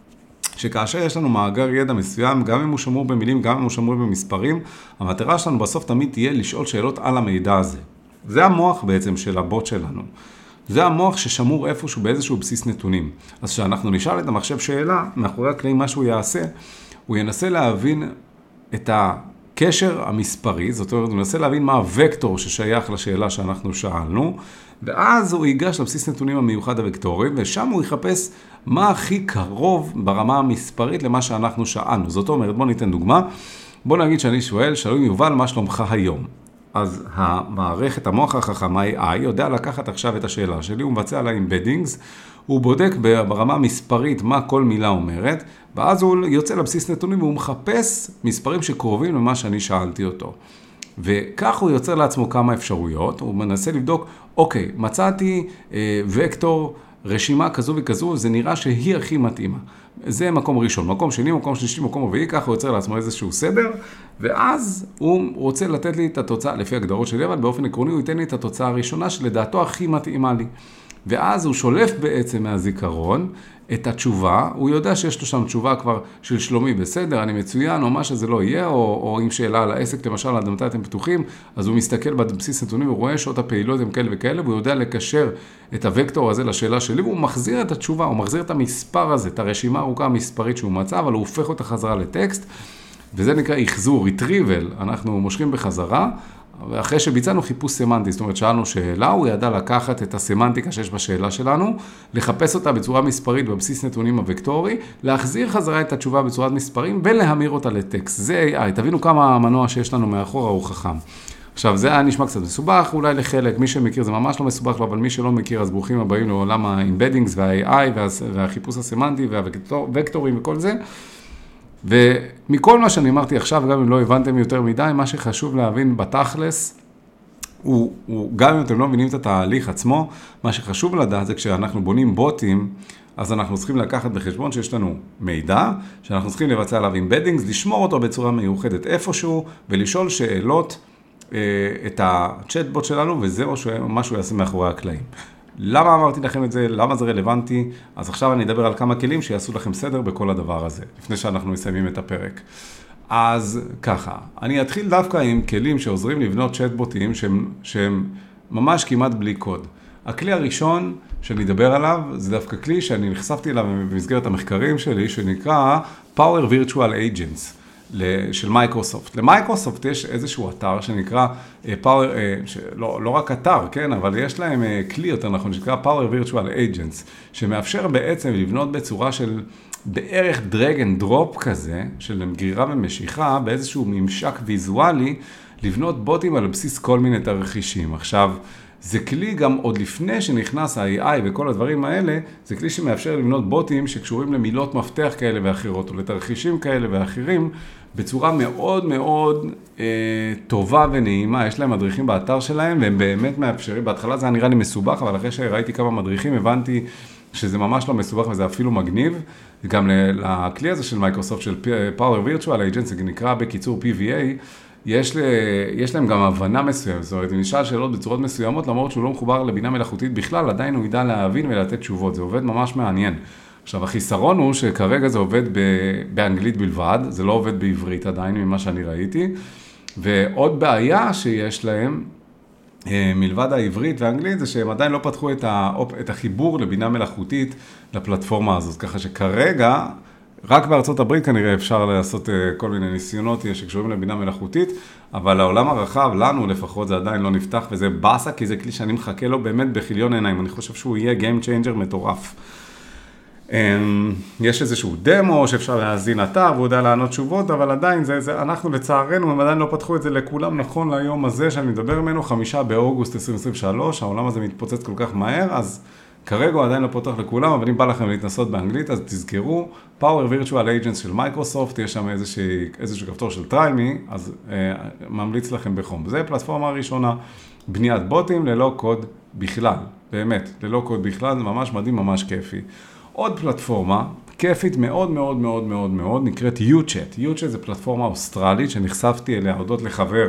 [SPEAKER 2] שכאשר יש לנו מאגר ידע מסוים, גם אם הוא שמור במילים, גם אם הוא שמור במספרים, המטרה שלנו בסוף תמיד תהיה לשאול שאלות על המידע הזה. זה המוח בעצם של הבוט שלנו. זה המוח ששמור איפשהו באיזשהו בסיס נתונים. אז כשאנחנו נשאל את המחשב שאלה, מאחורי הקלעים מה שהוא יעשה, הוא ינסה להבין את ה... קשר המספרי, זאת אומרת, הוא מנסה להבין מה הוקטור ששייך לשאלה שאנחנו שאלנו, ואז הוא ייגש לבסיס נתונים המיוחד הוקטורי, ושם הוא יחפש מה הכי קרוב ברמה המספרית למה שאנחנו שאלנו. זאת אומרת, בוא ניתן דוגמה, בוא נגיד שאני שואל, שלום יובל, מה שלומך היום? אז המערכת, המוח החכם, ה-איי איי, יודע לקחת עכשיו את השאלה שלי, הוא מבצע לה embeddings, הוא בודק ברמה מספרית מה כל מילה אומרת, ואז הוא יוצא לבסיס נתונים והוא מחפש מספרים שקרובים למה שאני שאלתי אותו. וכך הוא יוצר לעצמו כמה אפשרויות, הוא מנסה לבדוק, אוקיי, מצאתי אה, וקטור, רשימה כזו וכזו, זה נראה שהיא הכי מתאימה. זה מקום ראשון, מקום שני, מקום שלישי, מקום רביעי, ככה הוא יוצר לעצמו איזשהו סדר, ואז הוא רוצה לתת לי את התוצאה, לפי הגדרות שלי, אבל באופן עקרוני הוא ייתן לי את התוצאה הראשונה שלדעתו הכי מתאימה לי. ואז הוא שולף בעצם מהזיכרון את התשובה, הוא יודע שיש לו שם תשובה כבר של שלומי בסדר, אני מצוין, או מה שזה לא יהיה, או, או עם שאלה על העסק, למשל, עד מתי אתם פתוחים, אז הוא מסתכל בבסיס נתונים, הוא רואה שעות הפעילות הם כאלה וכאלה, והוא יודע לקשר את הוקטור הזה לשאלה שלי, והוא מחזיר את התשובה, הוא מחזיר את המספר הזה, את הרשימה הארוכה המספרית שהוא מצא, אבל הוא הופך אותה חזרה לטקסט, וזה נקרא יחזור, retrieval, אנחנו מושכים בחזרה, ואחרי שביצענו חיפוש סמנטי, זאת אומרת, שאלנו שאלה, הוא ידע לקחת את הסמנטיקה שיש בשאלה שלנו, לחפש אותה בצורה מספרית בבסיס נתונים הוקטורי, להחזיר חזרה את התשובה בצורת מספרים, ולהמיר אותה לטקסט. זה איי איי. תבינו כמה המנוע שיש לנו מאחורה הוא חכם. עכשיו, זה היה נשמע קצת מסובך, אולי לחלק, מי שמכיר זה ממש לא מסובך לו, אבל מי שלא מכיר, אז ברוכים הבאים לעולם ה-embeddings וה-איי איי והחיפוש הסמנטי והוקטורים וכל זה. ומכל מה שאני אמרתי עכשיו, גם אם לא הבנתם יותר מדי, מה שחשוב להבין בתכלס, הוא, הוא, גם אם אתם לא מבינים את התהליך עצמו, מה שחשוב לדעת זה כשאנחנו בונים בוטים, אז אנחנו צריכים לקחת בחשבון שיש לנו מידע, שאנחנו צריכים לבצע עליו אמבדינגס, לשמור אותו בצורה מיוחדת איפשהו, ולשאול שאלות אה, את הצ'אטבוט שלנו, וזה מה שהוא יעשה מאחורי הקלעים. למה אמרתי לכם את זה? למה זה רלוונטי? אז עכשיו אני אדבר על כמה כלים שיעשו לכם סדר בכל הדבר הזה, לפני שאנחנו מסיימים את הפרק. אז ככה, אני אתחיל דווקא עם כלים שעוזרים לבנות צ'אטבוטים שהם, שהם ממש כמעט בלי קוד. הכלי הראשון שאני אדבר עליו, זה דווקא כלי שאני נחשפתי אליו במסגרת המחקרים שלי, שנקרא Power Virtual Agents של מייקרוסופט. למייקרוסופט יש איזשהו אתר שנקרא Power, לא, לא רק אתר, כן, אבל יש להם כלי יותר נכון, שנקרא Power Virtual Agents, שמאפשר בעצם לבנות בצורה של בערך drag and drop כזה, של גרירה ומשיכה, באיזשהו ממשק ויזואלי, לבנות בוטים על בסיס כל מיני תרחישים. עכשיו, זה כלי גם עוד לפני שנכנס ה-איי איי וכל הדברים האלה, זה כלי שמאפשר לבנות בוטים שקשורים למילות מפתח כאלה ואחרות, או לתרחישים כאלה ואחרים, בצורה מאוד מאוד אה, טובה ונעימה. יש להם מדריכים באתר שלהם, והם באמת מאפשרים. בהתחלה זה היה נראה לי מסובך, אבל אחרי שראיתי כמה מדריכים, הבנתי שזה ממש לא מסובך וזה אפילו מגניב. גם לכלי הזה של מייקרוסופט, של Power Virtual Agents, זה נקרא בקיצור פי וי איי, יש, ל... יש להם גם הבנה מסוימת, זאת אומרת, אם נשאל שאלות בצורות מסוימות, למרות שהוא לא מחובר לבינה מלאכותית בכלל, עדיין הוא ידע להבין ולתת תשובות, זה עובד ממש מעניין. עכשיו, החיסרון הוא שכרגע זה עובד ב... באנגלית בלבד, זה לא עובד בעברית עדיין ממה שאני ראיתי, ועוד בעיה שיש להם, מלבד העברית והאנגלית, זה שהם עדיין לא פתחו את, ה... את החיבור לבינה מלאכותית לפלטפורמה הזאת, ככה שכרגע, רק בארצות הברית כנראה אפשר לעשות כל מיני ניסיונות שקשורים לבינה מלאכותית, אבל העולם הרחב, לנו לפחות, זה עדיין לא נפתח, וזה באסה, כי זה כלי שאני מחכה לו באמת בחיליון עיניים. אני חושב שהוא יהיה Game Changer מטורף. יש איזשהו דמו שאפשר להזין אתר, והוא יודע לענות תשובות, אבל עדיין זה, זה, אנחנו לצערנו, הם עדיין לא פתחו את זה לכולם נכון ליום הזה, שאני מדבר ממנו, חמישה באוגוסט עשרים עשרים ושלוש, העולם הזה מתפוצץ כל כך מהר, אז כרגע הוא עדיין לא פותח לכולם, אבל אם בא לכם להתנסות באנגלית, אז תזכרו, Power Virtual Agents של מייקרוסופט, יש שם איזשהו, איזשהו כפתור של Try Me, אז אה, ממליץ לכם בחום. זה פלטפורמה הראשונה, בניית בוטים ללא קוד בכלל, באמת, ללא קוד בכלל, זה ממש מדהים, ממש כיפי. עוד פלטפורמה, כיפית מאוד מאוד מאוד מאוד מאוד, נקראת U-Chat. U-Chat זה פלטפורמה אוסטרלית שנחשפתי אליה, הודות לחבר,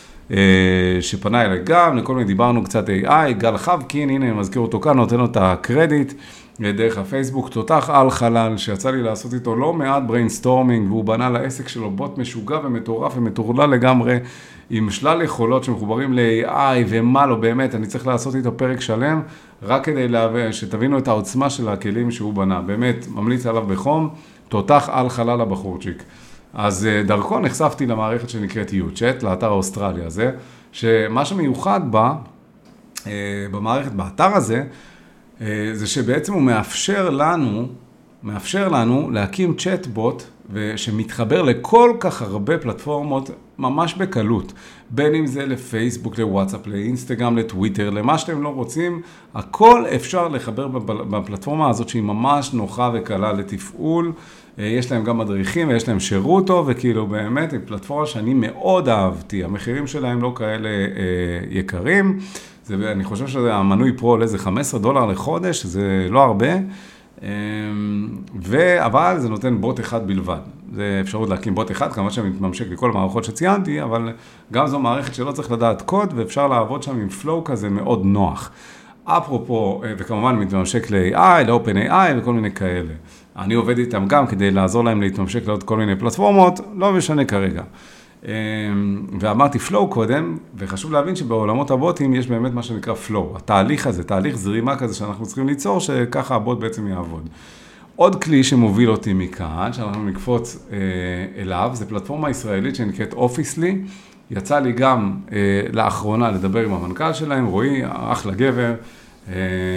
[SPEAKER 2] שפנה אליי גם, לכל מיני דיברנו קצת איי איי, גל חבקין, הנה אני מזכיר אותו כאן, נותן לו את הקרדיט, דרך הפייסבוק, תותח על חלל, שיצא לי לעשות איתו לא מעט בריינסטורמינג, והוא בנה לעסק שלו בוט משוגע ומטורף ומטורלל לגמרי, עם שלל יכולות שמחוברים ל-איי איי ומה לא, באמת, אני צריך לעשות איתו פרק שלם, רק כדי להבין, שתבינו את העוצמה של הכלים שהוא בנה, באמת, ממליץ עליו בחום, תותח על חלל הבחורצ'יק. אז דרכו נחשפתי למערכת שנקראת U-Chat, לאתר האוסטרלי הזה, שמה שמיוחד בה, במערכת, באתר הזה, זה שבעצם הוא מאפשר לנו, מאפשר לנו להקים צ'אטבוט, שמתחבר לכל כך הרבה פלטפורמות ממש בקלות, בין אם זה לפייסבוק, לוואטסאפ, לאינסטגרם, לטוויטר, למה שאתם לא רוצים, הכל אפשר לחבר בפלטפורמה הזאת שהיא ממש נוחה וקלה לתפעול, יש להם גם מדריכים ויש להם שירות טוב, וכאילו באמת היא פלטפורמה שאני מאוד אהבתי, המחירים שלהם לא כאלה אה, יקרים, זה, אני חושב שזה המנוי פרו עולה איזה חמישה עשר דולר לחודש, זה לא הרבה, אה, ו, אבל זה נותן בוט אחד בלבד, זה אפשרות להקים בוט אחד, כמובן שמתממשק לכל המערכות שציינתי, אבל גם זו מערכת שלא צריך לדעת קוד, ואפשר לעבוד שם עם פלואו כזה מאוד נוח. אפרופו, וכמובן מתממשק ל-איי איי, ל-OpenAI וכל מיני כאלה. אני עובד איתם גם כדי לעזור להם להתממשק לעוד כל מיני פלטפורמות, לא משנה כרגע. ואמרתי פלואו קודם, וחשוב להבין שבעולמות הבוטים יש באמת מה שנקרא פלואו. התהליך הזה, תהליך זרימה כזה שאנחנו צריכים ליצור, שככה הבוט בעצם יעבוד. עוד כלי שמוביל אותי מכאן, שאנחנו נקפוץ אליו, זה פלטפורמה ישראלית שנקראת אופיסלי. יצא לי גם אה, לאחרונה לדבר עם המנכ"ל שלהם, רועי, אחלה גבר, אה,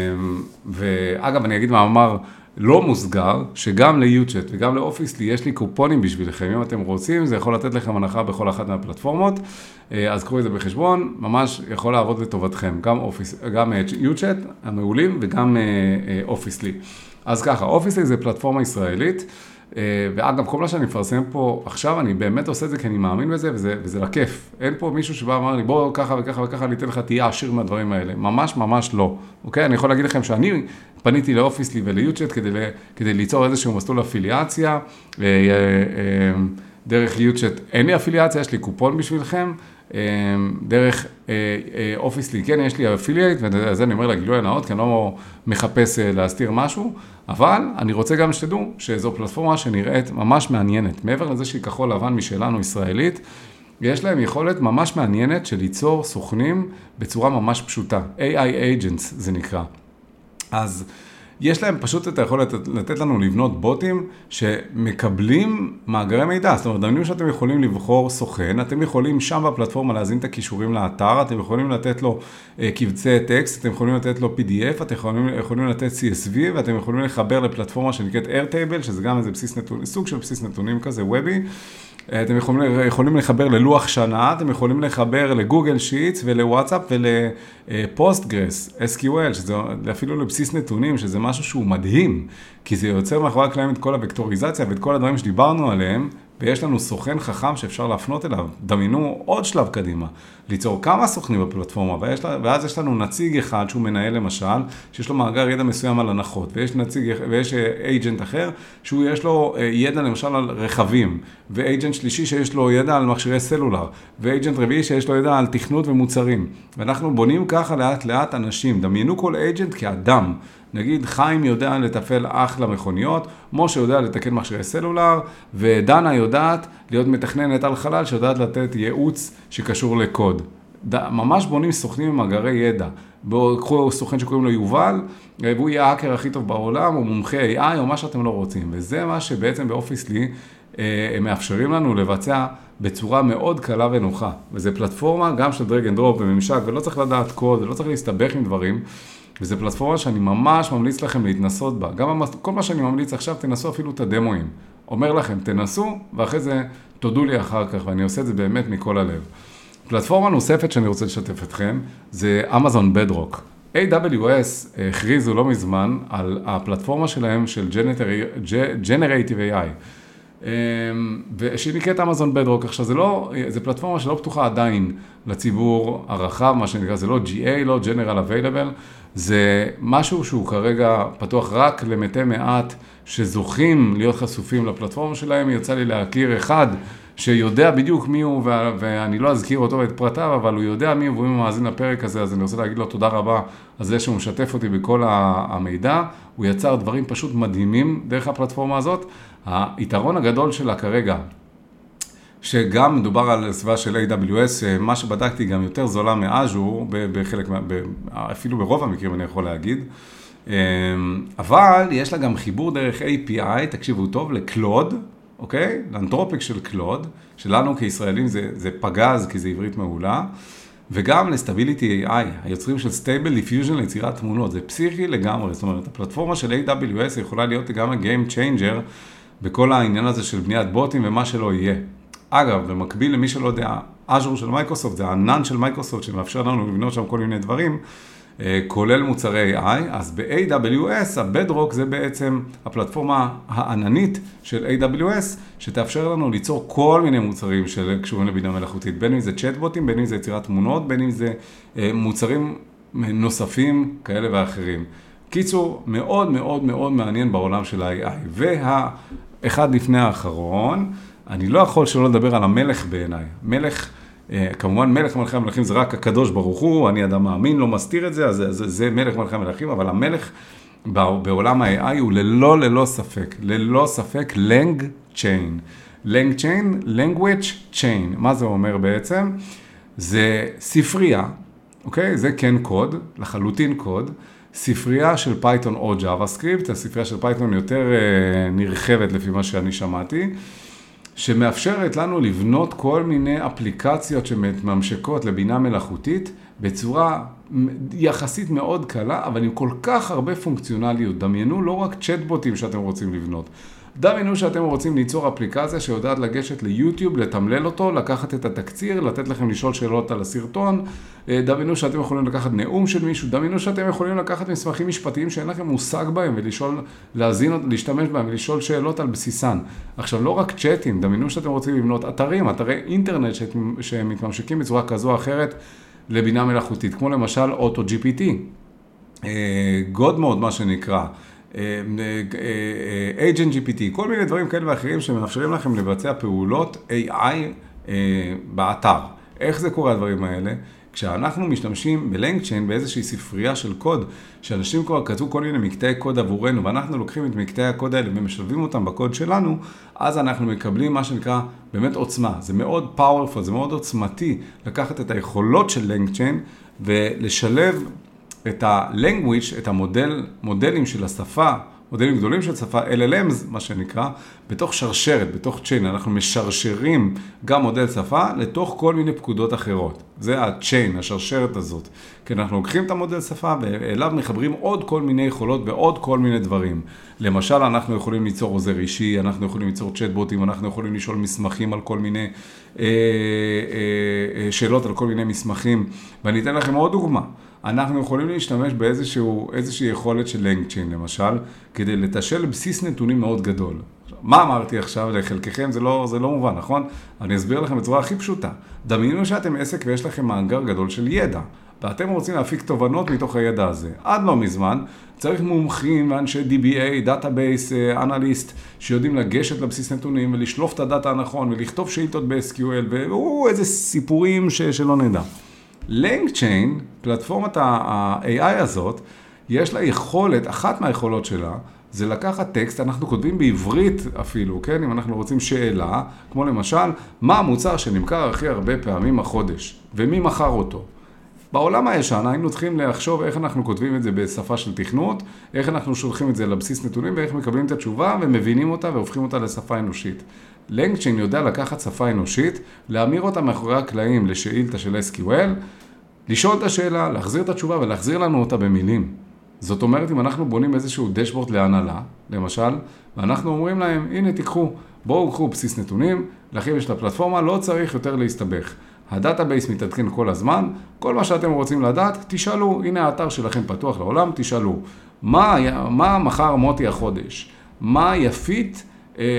[SPEAKER 2] ואגב אני אגיד מאמר לא מוסגר, שגם ל-U-Chat וגם לאופיסלי יש לי קופונים בשבילכם, אם אתם רוצים, זה יכול לתת לכם הנחה בכל אחת מהפלטפורמות, אה, אז קחו את זה בחשבון, ממש יכול לעבוד לטובתכם, גם, אופיס, גם U-Chat המעולים וגם אה, אה, אופיסלי. אז ככה, אופיסלי זה פלטפורמה ישראלית, ואגב, כל מה שאני מפרסם פה עכשיו, אני באמת עושה את זה כי אני מאמין בזה, וזה, וזה לכיף. אין פה מישהו שבא ואמר לי, בוא ככה וככה וככה, אני אתן לך, תהיה עשיר מהדברים האלה. ממש ממש לא. אוקיי? אני יכול להגיד לכם שאני פניתי לאופיסלי וליוטשט כדי, כדי ליצור איזשהו מסלול אפיליאציה. דרך ליוטשט אין לי אפיליאציה, יש לי קופון בשבילכם. דרך אופיסלי, כן, יש לי אפילייט, וזה אני אומר לגילוי הנאות, כי אני לא מחפש להסתיר משהו, אבל אני רוצה גם שתדעו שזו פלטפורמה שנראית ממש מעניינת. מעבר לזה שהיא כחול לבן משלנו ישראלית, יש להם יכולת ממש מעניינת של ליצור סוכנים בצורה ממש פשוטה. איי איי Agents זה נקרא. אז יש להם פשוט את היכולת לתת לנו לבנות בוטים שמקבלים מאגרי מידע. זאת אומרת, דמיינו שאתם יכולים לבחור סוכן, אתם יכולים שם בפלטפורמה להזין את הכישורים לאתר, אתם יכולים לתת לו קבצי טקסט, אתם יכולים לתת לו פי די אף, אתם יכולים, יכולים לתת סי אס וי, ואתם יכולים לחבר לפלטפורמה שנקראת Airtable, שזה גם איזה בסיס נתונים, סוג של בסיס נתונים כזה, וובי. אתם יכולים, יכולים לחבר ללוח שנה, אתם יכולים לחבר לגוגל שיטס ולוואטסאפ ולפוסטגרס, אס קיו אל, שזה אפילו לבסיס נתונים, שזה משהו שהוא מדהים, כי זה יוצר מאחורי הקלעים את כל הוקטוריזציה ואת כל הדברים שדיברנו עליהם, ויש לנו סוכן חכם שאפשר להפנות אליו. דמיינו עוד שלב קדימה, ליצור כמה סוכנים בפלטפורמה, ואז יש לנו נציג אחד שהוא מנהל למשל, שיש לו מאגר ידע מסוים על הנחות, ויש נציג, ויש אייג'נט אחר, שהוא יש לו ידע למשל על רכבים, ואייג'נט שלישי שיש לו ידע על מכשירי סלולר, ואייג'נט רביעי שיש לו ידע על תכנות ומוצרים. ואנחנו בונים ככה לאט לאט אנשים. דמיינו כל אייג'נט כאדם. נגיד, חיים יודע לתפעל אחלה מכוניות, משה יודע לתקן מכשירי סלולר, ודנה יודעת להיות מתכננת על חלל, שיודעת לתת ייעוץ שקשור לקוד. ממש בונים סוכנים עם מאגרי ידע. קחו סוכן שקוראים לו יובל, והוא יהיה האקר הכי טוב בעולם, או מומחה איי איי, או מה שאתם לא רוצים. וזה מה שבעצם באופיסלי הם מאפשרים לנו לבצע בצורה מאוד קלה ונוחה. וזו פלטפורמה גם של דרג אנד דרופ וממשק, ולא צריך לדעת קוד, ולא צריך להסתבך עם דברים. וזו פלטפורמה שאני ממש ממליץ לכם להתנסות בה. גם כל מה שאני ממליץ עכשיו, תנסו אפילו את הדמואים. אומר לכם, תנסו, ואחרי זה תודו לי אחר כך, ואני עושה את זה באמת מכל הלב. פלטפורמה נוספת שאני רוצה לשתף אתכם, זה אמזון בדרוק. איי דאבליו אס הכריזו לא מזמן על הפלטפורמה שלהם של Generative איי איי. ושהיא נקראת אמזון בדרוק. עכשיו, זה לא, זה פלטפורמה שלא פתוחה עדיין לציבור הרחב, מה שנקרא, זה לא ג'י איי, לא General Available, זה משהו שהוא כרגע פתוח רק למתי מעט שזוכים להיות חשופים לפלטפורמה שלהם. יצא לי להכיר אחד שיודע בדיוק מי הוא, ואני לא אזכיר אותו את פרטיו, אבל הוא יודע מי הוא, ואם הוא מאזין לפרק הזה, אז אני רוצה להגיד לו תודה רבה על זה שהוא משתף אותי בכל המידע. הוא יצר דברים פשוט מדהימים דרך הפלטפורמה הזאת. היתרון הגדול שלה כרגע, שגם מדובר על סביבה של איי דאבליו אס, מה שבדקתי גם יותר זולה מאז'ור, בחלק, אפילו ברוב המקרים אני יכול להגיד, אבל יש לה גם חיבור דרך איי פי איי, תקשיבו טוב, לקלוד, אוקיי? לאנתרופיק של קלוד, שלנו כישראלים זה, זה פגז, כי זה עברית מעולה, וגם לסטביליטי איי איי, היוצרים של סטייבל דיפיוז'ן ליצירת תמונות, זה פסיכי לגמרי. זאת אומרת, הפלטפורמה של איי דאבליו אס יכולה להיות גם ה-game changer בכל העניין הזה של בניית בוטים ומה שלא יהיה. אגב, במקביל למי שלא יודע, אז'ור של מייקרוסופט, זה הענן של מייקרוסופט שמאפשר לנו לבנות שם כל מיני דברים, כולל מוצרי איי איי, אז ב-איי דאבליו אס, הבדרוק זה בעצם הפלטפורמה העננית של איי דאבליו אס, שתאפשר לנו ליצור כל מיני מוצרים של קשורים לבינה מלאכותית, בין אם זה צ'אטבוטים, בין אם זה יצירת תמונות, בין אם זה מוצרים נוספים כאלה ואחרים. קיצור, מאוד מאוד מאוד מעניין בעולם של ה-איי איי. והאחד לפני האחרון, אני לא יכול שלא לדבר על המלך בעיניי. מלך, כמובן מלך מלכי המלכים זה רק הקדוש ברוך הוא, אני אדם מאמין, לא מסתיר את זה, אז זה, זה מלך מלכי המלכים, אבל המלך בעולם ה-איי איי הוא ללא ללא ספק, ללא ספק Lang Chain. Lang Chain, Language Chain. מה זה אומר בעצם? זה ספרייה, אוקיי? זה כן קוד, לחלוטין קוד, ספרייה של פייתון או JavaScript, הספרייה של פייתון יותר אה, נרחבת לפי מה שאני שמעתי, שמאפשרת לנו לבנות כל מיני אפליקציות שממשקות לבינה מלאכותית בצורה יחסית מאוד קלה, אבל עם כל כך הרבה פונקציונליות. דמיינו לא רק צ'אטבוטים שאתם רוצים לבנות. דמיינו שאתם רוצים ליצור אפליקציה שיודעת לגשת ליוטיוב, לתמלל אותו, לקחת את התקציר, לתת לכם לשאול שאלות על הסרטון. דמיינו שאתם יכולים לקחת נאום של מישהו, דמיינו שאתם יכולים לקחת מסמכים משפטיים שאין לכם מושג בהם ולשאול, להזין, להשתמש בהם ולשאול שאלות על בסיסן. עכשיו, לא רק צ'אטים, דמיינו שאתם רוצים לבנות אתרים, אתרי אינטרנט שמתממשקים בצורה כזו או אחרת לבינה מלאכותית, כמו למשל אוטו ג'י פי טי, God Mode מה שנקרא, Agent ג'י פי טי, כל מיני דברים כאלה ואחרים שמאפשרים לכם לבצע פעולות איי איי באתר. איך זה קורה הדברים האלה? כשאנחנו משתמשים בלנגצ'יין באיזושהי ספרייה של קוד, שאנשים כבר כתבו כל מיני מקטעי קוד עבורנו, ואנחנו לוקחים את מקטעי הקוד האלה ומשלבים אותם בקוד שלנו, אז אנחנו מקבלים מה שנקרא באמת עוצמה. זה מאוד powerful, זה מאוד עוצמתי לקחת את היכולות של לנגצ'יין ולשלב את ה-language, את המודל, מודלים של השפה, מודלים גדולים של שפה, אל אל אמס, מה שנקרא, בתוך שרשרת, בתוך צ'יין. אנחנו משרשרים גם מודל שפה לתוך כל מיני פקודות אחרות. זה הצ'יין, השרשרת הזאת. כי אנחנו לוקחים את המודל שפה ואליו מחברים עוד כל מיני יכולות ועוד כל מיני דברים. למשל, אנחנו יכולים ליצור עוזר אישי, אנחנו יכולים ליצור צ'אטבוטים, אנחנו יכולים לשאול מסמכים על כל מיני, אה, אה, שאלות על כל מיני מסמכים. ואני אתן לכם עוד דוגמה. אנחנו יכולים להשתמש באיזשהו, איזושהי יכולת של לנגצ'יין, למשל, כדי לתשל בסיס נתונים מאוד גדול. מה אמרתי עכשיו? לחלקכם זה לא, זה לא מובן, נכון? אני אסביר לכם בצורה הכי פשוטה. דמיינו שאתם עסק ויש לכם מאגר גדול של ידע, ואתם רוצים להפיק תובנות מתוך הידע הזה. עד לא מזמן, צריך מומחים ואנשי די בי איי, דאטאבייס, אנליסט, שיודעים לגשת לבסיס נתונים ולשלוף את הדאטה הנכון ולכתוב שאילתות ב-אס קיו אל, ואו, איזה סיפורים ש- שלא נדע. לנגצ'יין, פלטפורמת ה-איי איי הזאת, יש לה יכולת, אחת מהיכולות שלה, זה לקחת טקסט, אנחנו כותבים בעברית אפילו, כן? אם אנחנו רוצים שאלה, כמו למשל, מה המוצר שנמכר הכי הרבה פעמים החודש, ומי מכר אותו? בעולם הישן היינו צריכים לחשוב איך אנחנו כותבים את זה בשפה של תכנות, איך אנחנו שולחים את זה לבסיס נתונים, ואיך מקבלים את התשובה ומבינים אותה והופכים אותה לשפה אנושית. לנגצ'יין יודע לקחת שפה אנושית, להמיר אותה מאחורי הקלעים לשאילתה של אס קיו אל, לשאול את השאלה, להחזיר את התשובה ולהחזיר לנו אותה במילים. זאת אומרת, אם אנחנו בונים איזשהו דשבורד להנהלה, למשל, ואנחנו אומרים להם, הנה תיקחו, בואו קחו בסיס נתונים, לכם יש לפלטפורמה, לא צריך יותר להסתבך. הדאטאבייס מתעדכן כל הזמן, כל מה שאתם רוצים לדעת, תשאלו, הנה האתר שלכם פתוח לעולם, תשאלו, מה, מה מחר מוטי החודש? מה יפית אה, אה,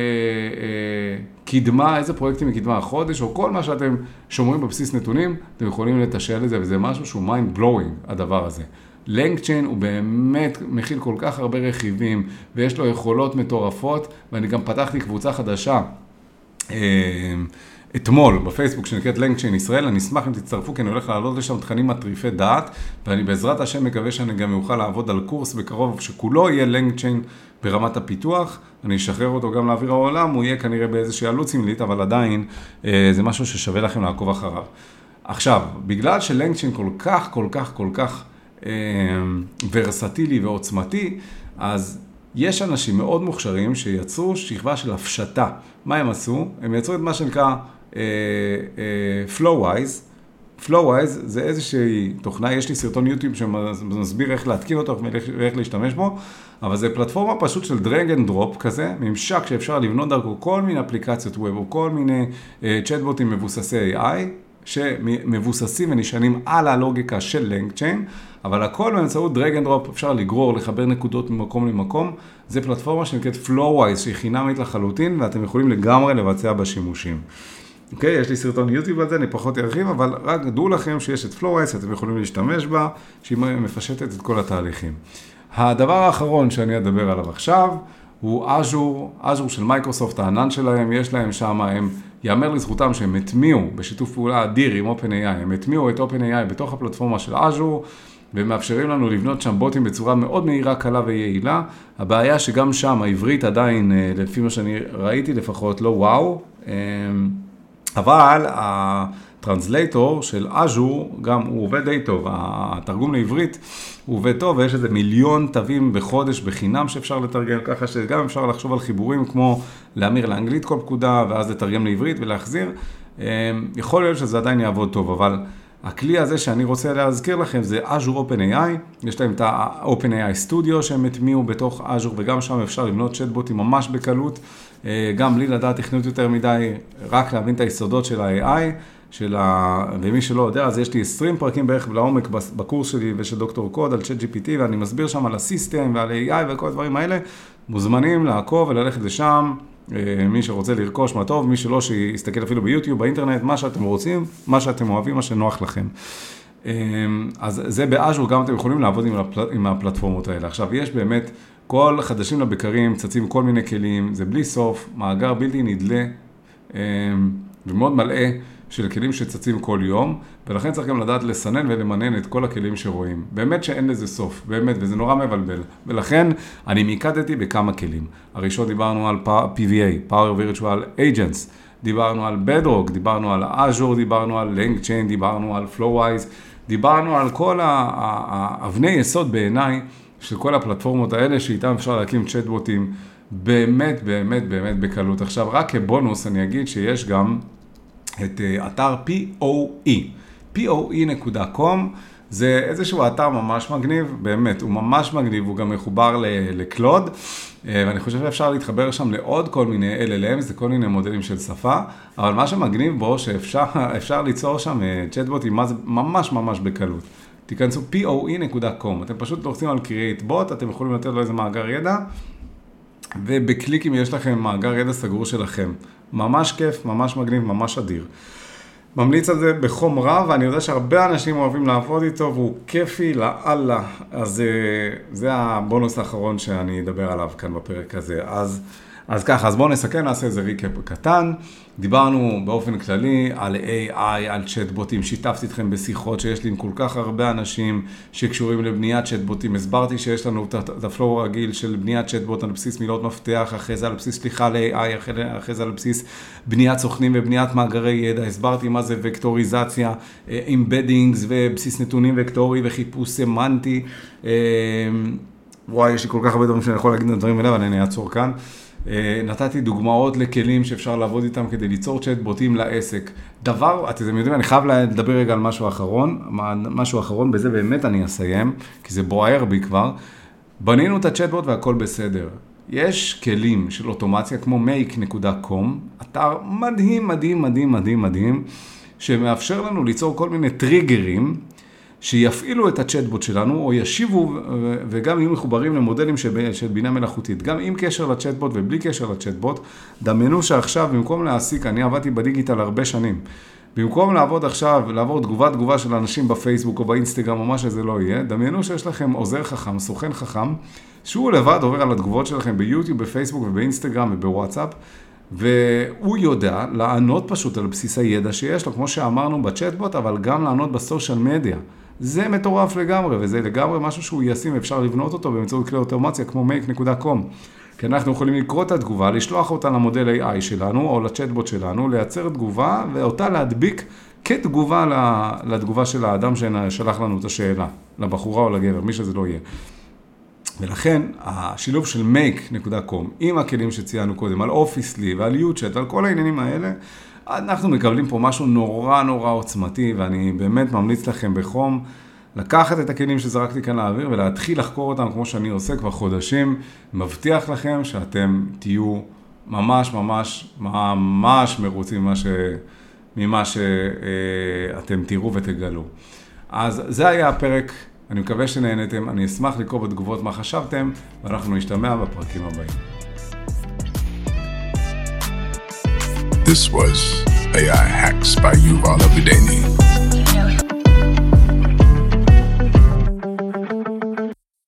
[SPEAKER 2] קדמה, איזה פרויקטים מקדמה החודש, או כל מה שאתם שומרים בבסיס נתונים, אתם יכולים לתשאל את זה, וזה משהו שהוא mind blowing, הדבר הזה. לנגצ'יין הוא באמת מכיל כל כך הרבה רכיבים, ויש לו יכולות מטורפות, ואני גם פתחתי קבוצה חדשה, אה, אתמול בפייסבוק שנקראת לנגצ'יין ישראל, אני אשמח אם תצטרפו, כי אני הולך לעלות לשם תכנים מטריפי דעת, ואני בעזרת השם מקווה שאני גם אוכל לעבוד על קורס בקרוב, שכולו יהיה לנגצ'יין ברמת הפיתוח, אני אשחרר אותו גם לאוויר העולם, הוא יהיה כנראה באיזושהי עלות סמלית, אבל עדיין אה, זה משהו ששווה לכם לעקוב אחריו. עכשיו, בגלל שלנגצ'יין כל כך, כל כך, כל כך אה, ורסטילי ועוצמתי, אז יש אנשים מאוד מוכשרים שיצרו שכבה של הפשטה. מה הם עשו? הם יצרו את מה שנקרא אה, אה, Flowise. Flowise זה איזושהי תוכנה, יש לי סרטון יוטיוב שמסביר איך להתקין אותו ואיך להשתמש בו, אבל זה פלטפורמה פשוט של drag and drop כזה, ממשק שאפשר לבנות דרכו כל מיני אפליקציות ווב או כל מיני אה, צ'אטבוטים מבוססי איי איי, שמבוססים ונשענים על הלוגיקה של לנגצ'יין, אבל הכל באמצעות drag and drop אפשר לגרור, לחבר נקודות ממקום למקום. זה פלטפורמה שנקראת Flowise, שהיא חינמית לחלוטין, ואתם יכולים לגמרי לבצע בשימושים. אוקיי, יש לי סרטון יוטיוב על זה, אני פחות ארחיב, אבל רק דעו לכם שיש את Flowise, אתם יכולים להשתמש בה, שהיא מפשטת את כל התהליכים. הדבר האחרון שאני אדבר עליו עכשיו, הוא Azure, Azure של מייקרוסופט, הענן שלהם, יש להם שם, הם יאמר לזכותם שהם הטמיעו בשיתוף פעולה אדיר עם OpenAI, הם הטמיעו את OpenAI בתוך הפלטפורמה של Azure, ומאפשרים לנו לבנות שם בוטים בצורה מאוד מהירה, קלה ויעילה. הבעיה שגם שם העברית עדיין, לפי מה שאני ראיתי לפחות, לא וואו, אבל הטרנסלייטור של Azure, גם הוא עובד די טוב, התרגום לעברית הוא עובד טוב, ויש איזה מיליון תווים בחודש בחינם שאפשר לתרגם, ככה שגם אפשר לחשוב על חיבורים כמו להמיר לאנגלית כל פקודה, ואז לתרגם לעברית ולהחזיר. יכול להיות שזה עדיין יעבוד טוב, אבל הכלי הזה שאני רוצה להזכיר לכם זה Azure OpenAI, יש להם את ה-OpenAI Studio שהם הטמיעו בתוך Azure, וגם שם אפשר לבנות צ'טבוטים ממש בקלות, גם בלי לדעת תכנות יותר מדי, רק להבין את היסודות של ה-איי איי, של ה... ומי שלא יודע, אז יש לי עשרים פרקים בערך לעומק בקורס שלי ושל דוקטור קוד על צ'אט ג'י פי טי, ואני מסביר שם על הסיסטם ועל איי איי וכל הדברים האלה, מוזמנים לעקוב וללכת לשם, מי שרוצה לרכוש מה טוב, מי שלא שיסתכל אפילו ביוטיוב, באינטרנט, מה שאתם רוצים, מה שאתם אוהבים, מה שנוח לכם. אז זה באז'ור, גם אתם יכולים לעבוד עם, הפל... עם הפלטפורמות האלה. עכשיו, יש באמת כל חדשים לבקרים, צצים כל מיני כלים, זה בלי סוף, מאגר בלתי נדלה ומאוד מלא של כלים שצצים כל יום, ולכן צריך גם לדעת לסנן ולמנן את כל הכלים שרואים. באמת שאין לזה סוף, באמת, וזה נורא מבלבל. ולכן אני מיקדתי בכמה כלים. הראשון דיברנו על פי וי איי, Power Virtual Agents, דיברנו על Bedrock, דיברנו על Azure, דיברנו על LangChain, דיברנו על Flowise, דיברנו על כל האבני יסוד בעיניי של כל הפלטפורמות האלה שאיתם אפשר להקים צ'טבוטים באמת, באמת, באמת בקלות. עכשיו, רק כבונוס אני אגיד שיש גם את אתר פי או אי, פי או אי נקודה קום, זה איזשהו אתר ממש מגניב, באמת, הוא ממש מגניב, הוא גם מחובר לקלוד, ואני חושב שאפשר להתחבר שם לעוד כל מיני אל אל אם, זה כל מיני מודלים של שפה, אבל מה שמגניב בו שאפשר אפשר ליצור שם צ'טבוטים ממש ממש בקלות. תיכנסו פי או אי נקודה קום, אתם פשוט לוחצים על Create Bot, אתם יכולים לתת לו איזה מאגר ידע, ובקליקים יש לכם מאגר ידע סגור שלכם. ממש כיף, ממש מגניב, ממש אדיר. ממליץ על זה בחום רב, ואני יודע שהרבה אנשים אוהבים לעבוד איתו, והוא כיפי לאללה. אז זה הבונוס האחרון שאני אדבר עליו כאן בפרק הזה. אז, אז ככה, אז בואו נסכם, נעשה איזה ריקאפ קטן. דיברנו באופן כללי על איי איי, על צ'טבוטים, שיתפתי אתכם בשיחות שיש לי עם כל כך הרבה אנשים שקשורים לבניית צ'טבוטים. הסברתי שיש לנו את הפלואו הרגיל של בניית צ'טבוט על בסיס מילות מפתח, אחרי זה על בסיס שליחה ל-איי איי, אחרי זה על בסיס בניית סוכנים ובניית מאגרי ידע. הסברתי מה זה וקטוריזציה, אמבדינגס ובסיס נתונים וקטורי וחיפוש סמנטי. וואי, יש לי כל כך הרבה דברים שאני יכול להגיד את הדברים האלה, אבל אני אעצור כאן. נתתי דוגמאות לכלים שאפשר לעבוד איתם כדי ליצור צ'טבוטים לעסק. דבר, אתם יודעים, אני חייב לדבר רגע על משהו אחרון, משהו אחרון, בזה באמת אני אסיים, כי זה בוער בי כבר. בנינו את הצ'טבוט והכל בסדר. יש כלים של אוטומציה כמו make נקודה קום, אתר מדהים, מדהים, מדהים, מדהים, מדהים, שמאפשר לנו ליצור כל מיני טריגרים, שיפעילו את הצ'טבוט שלנו, או ישיבו, וגם יהיו מחוברים למודלים של, של בינה מלאכותית. גם עם קשר לצ'טבוט ובלי קשר לצ'טבוט, דמיינו שעכשיו, במקום להעסיק, אני עבדתי בדיגיטל הרבה שנים, במקום לעבוד עכשיו, לעבור תגובה תגובה של אנשים בפייסבוק או באינסטגרם או מה שזה לא יהיה, דמיינו שיש לכם עוזר חכם, סוכן חכם, שהוא לבד עובר על התגובות שלכם ביוטיוב, בפייסבוק ובאינסטגרם ובוואטסאפ, והוא יודע לענות פשוט על בסיס הידע שיש לו, כמו שאמרנו בצ'טבוט, אבל גם לענות בסושיאל מדיה. זה מטורף לגמרי, וזה לגמרי משהו שהוא ישים, אפשר לבנות אותו באמצעות כלי אוטומציה כמו make נקודה קום. כי אנחנו יכולים לקרוא את התגובה, לשלוח אותה למודל איי איי שלנו, או לצ'טבוט שלנו, לייצר תגובה, ואותה להדביק כתגובה לתגובה של האדם ששלח לנו את השאלה, לבחורה או לגבר, מי שזה לא יהיה. ולכן, השילוב של make נקודה קום, עם הכלים שציינו קודם, על אופיסלי ועל יוטשט, ועל כל העניינים האלה, אנחנו מקבלים פה משהו נורא נורא עוצמתי, ואני באמת ממליץ לכם בחום, לקחת את הכלים שזרקתי כאן לאוויר, ולהתחיל לחקור אותם כמו שאני עושה כבר חודשים, מבטיח לכם שאתם תהיו ממש ממש ממש מרוצים ממה, ש... ממה שאתם תראו ותגלו. אז זה היה הפרק, אני מקווה שנהנתם, אני אשמח לקרוא בתגובות מה חשבתם, ואנחנו נשתמע בפרקים הבאים.
[SPEAKER 1] This was A I Hacks by Yuval Abedeni.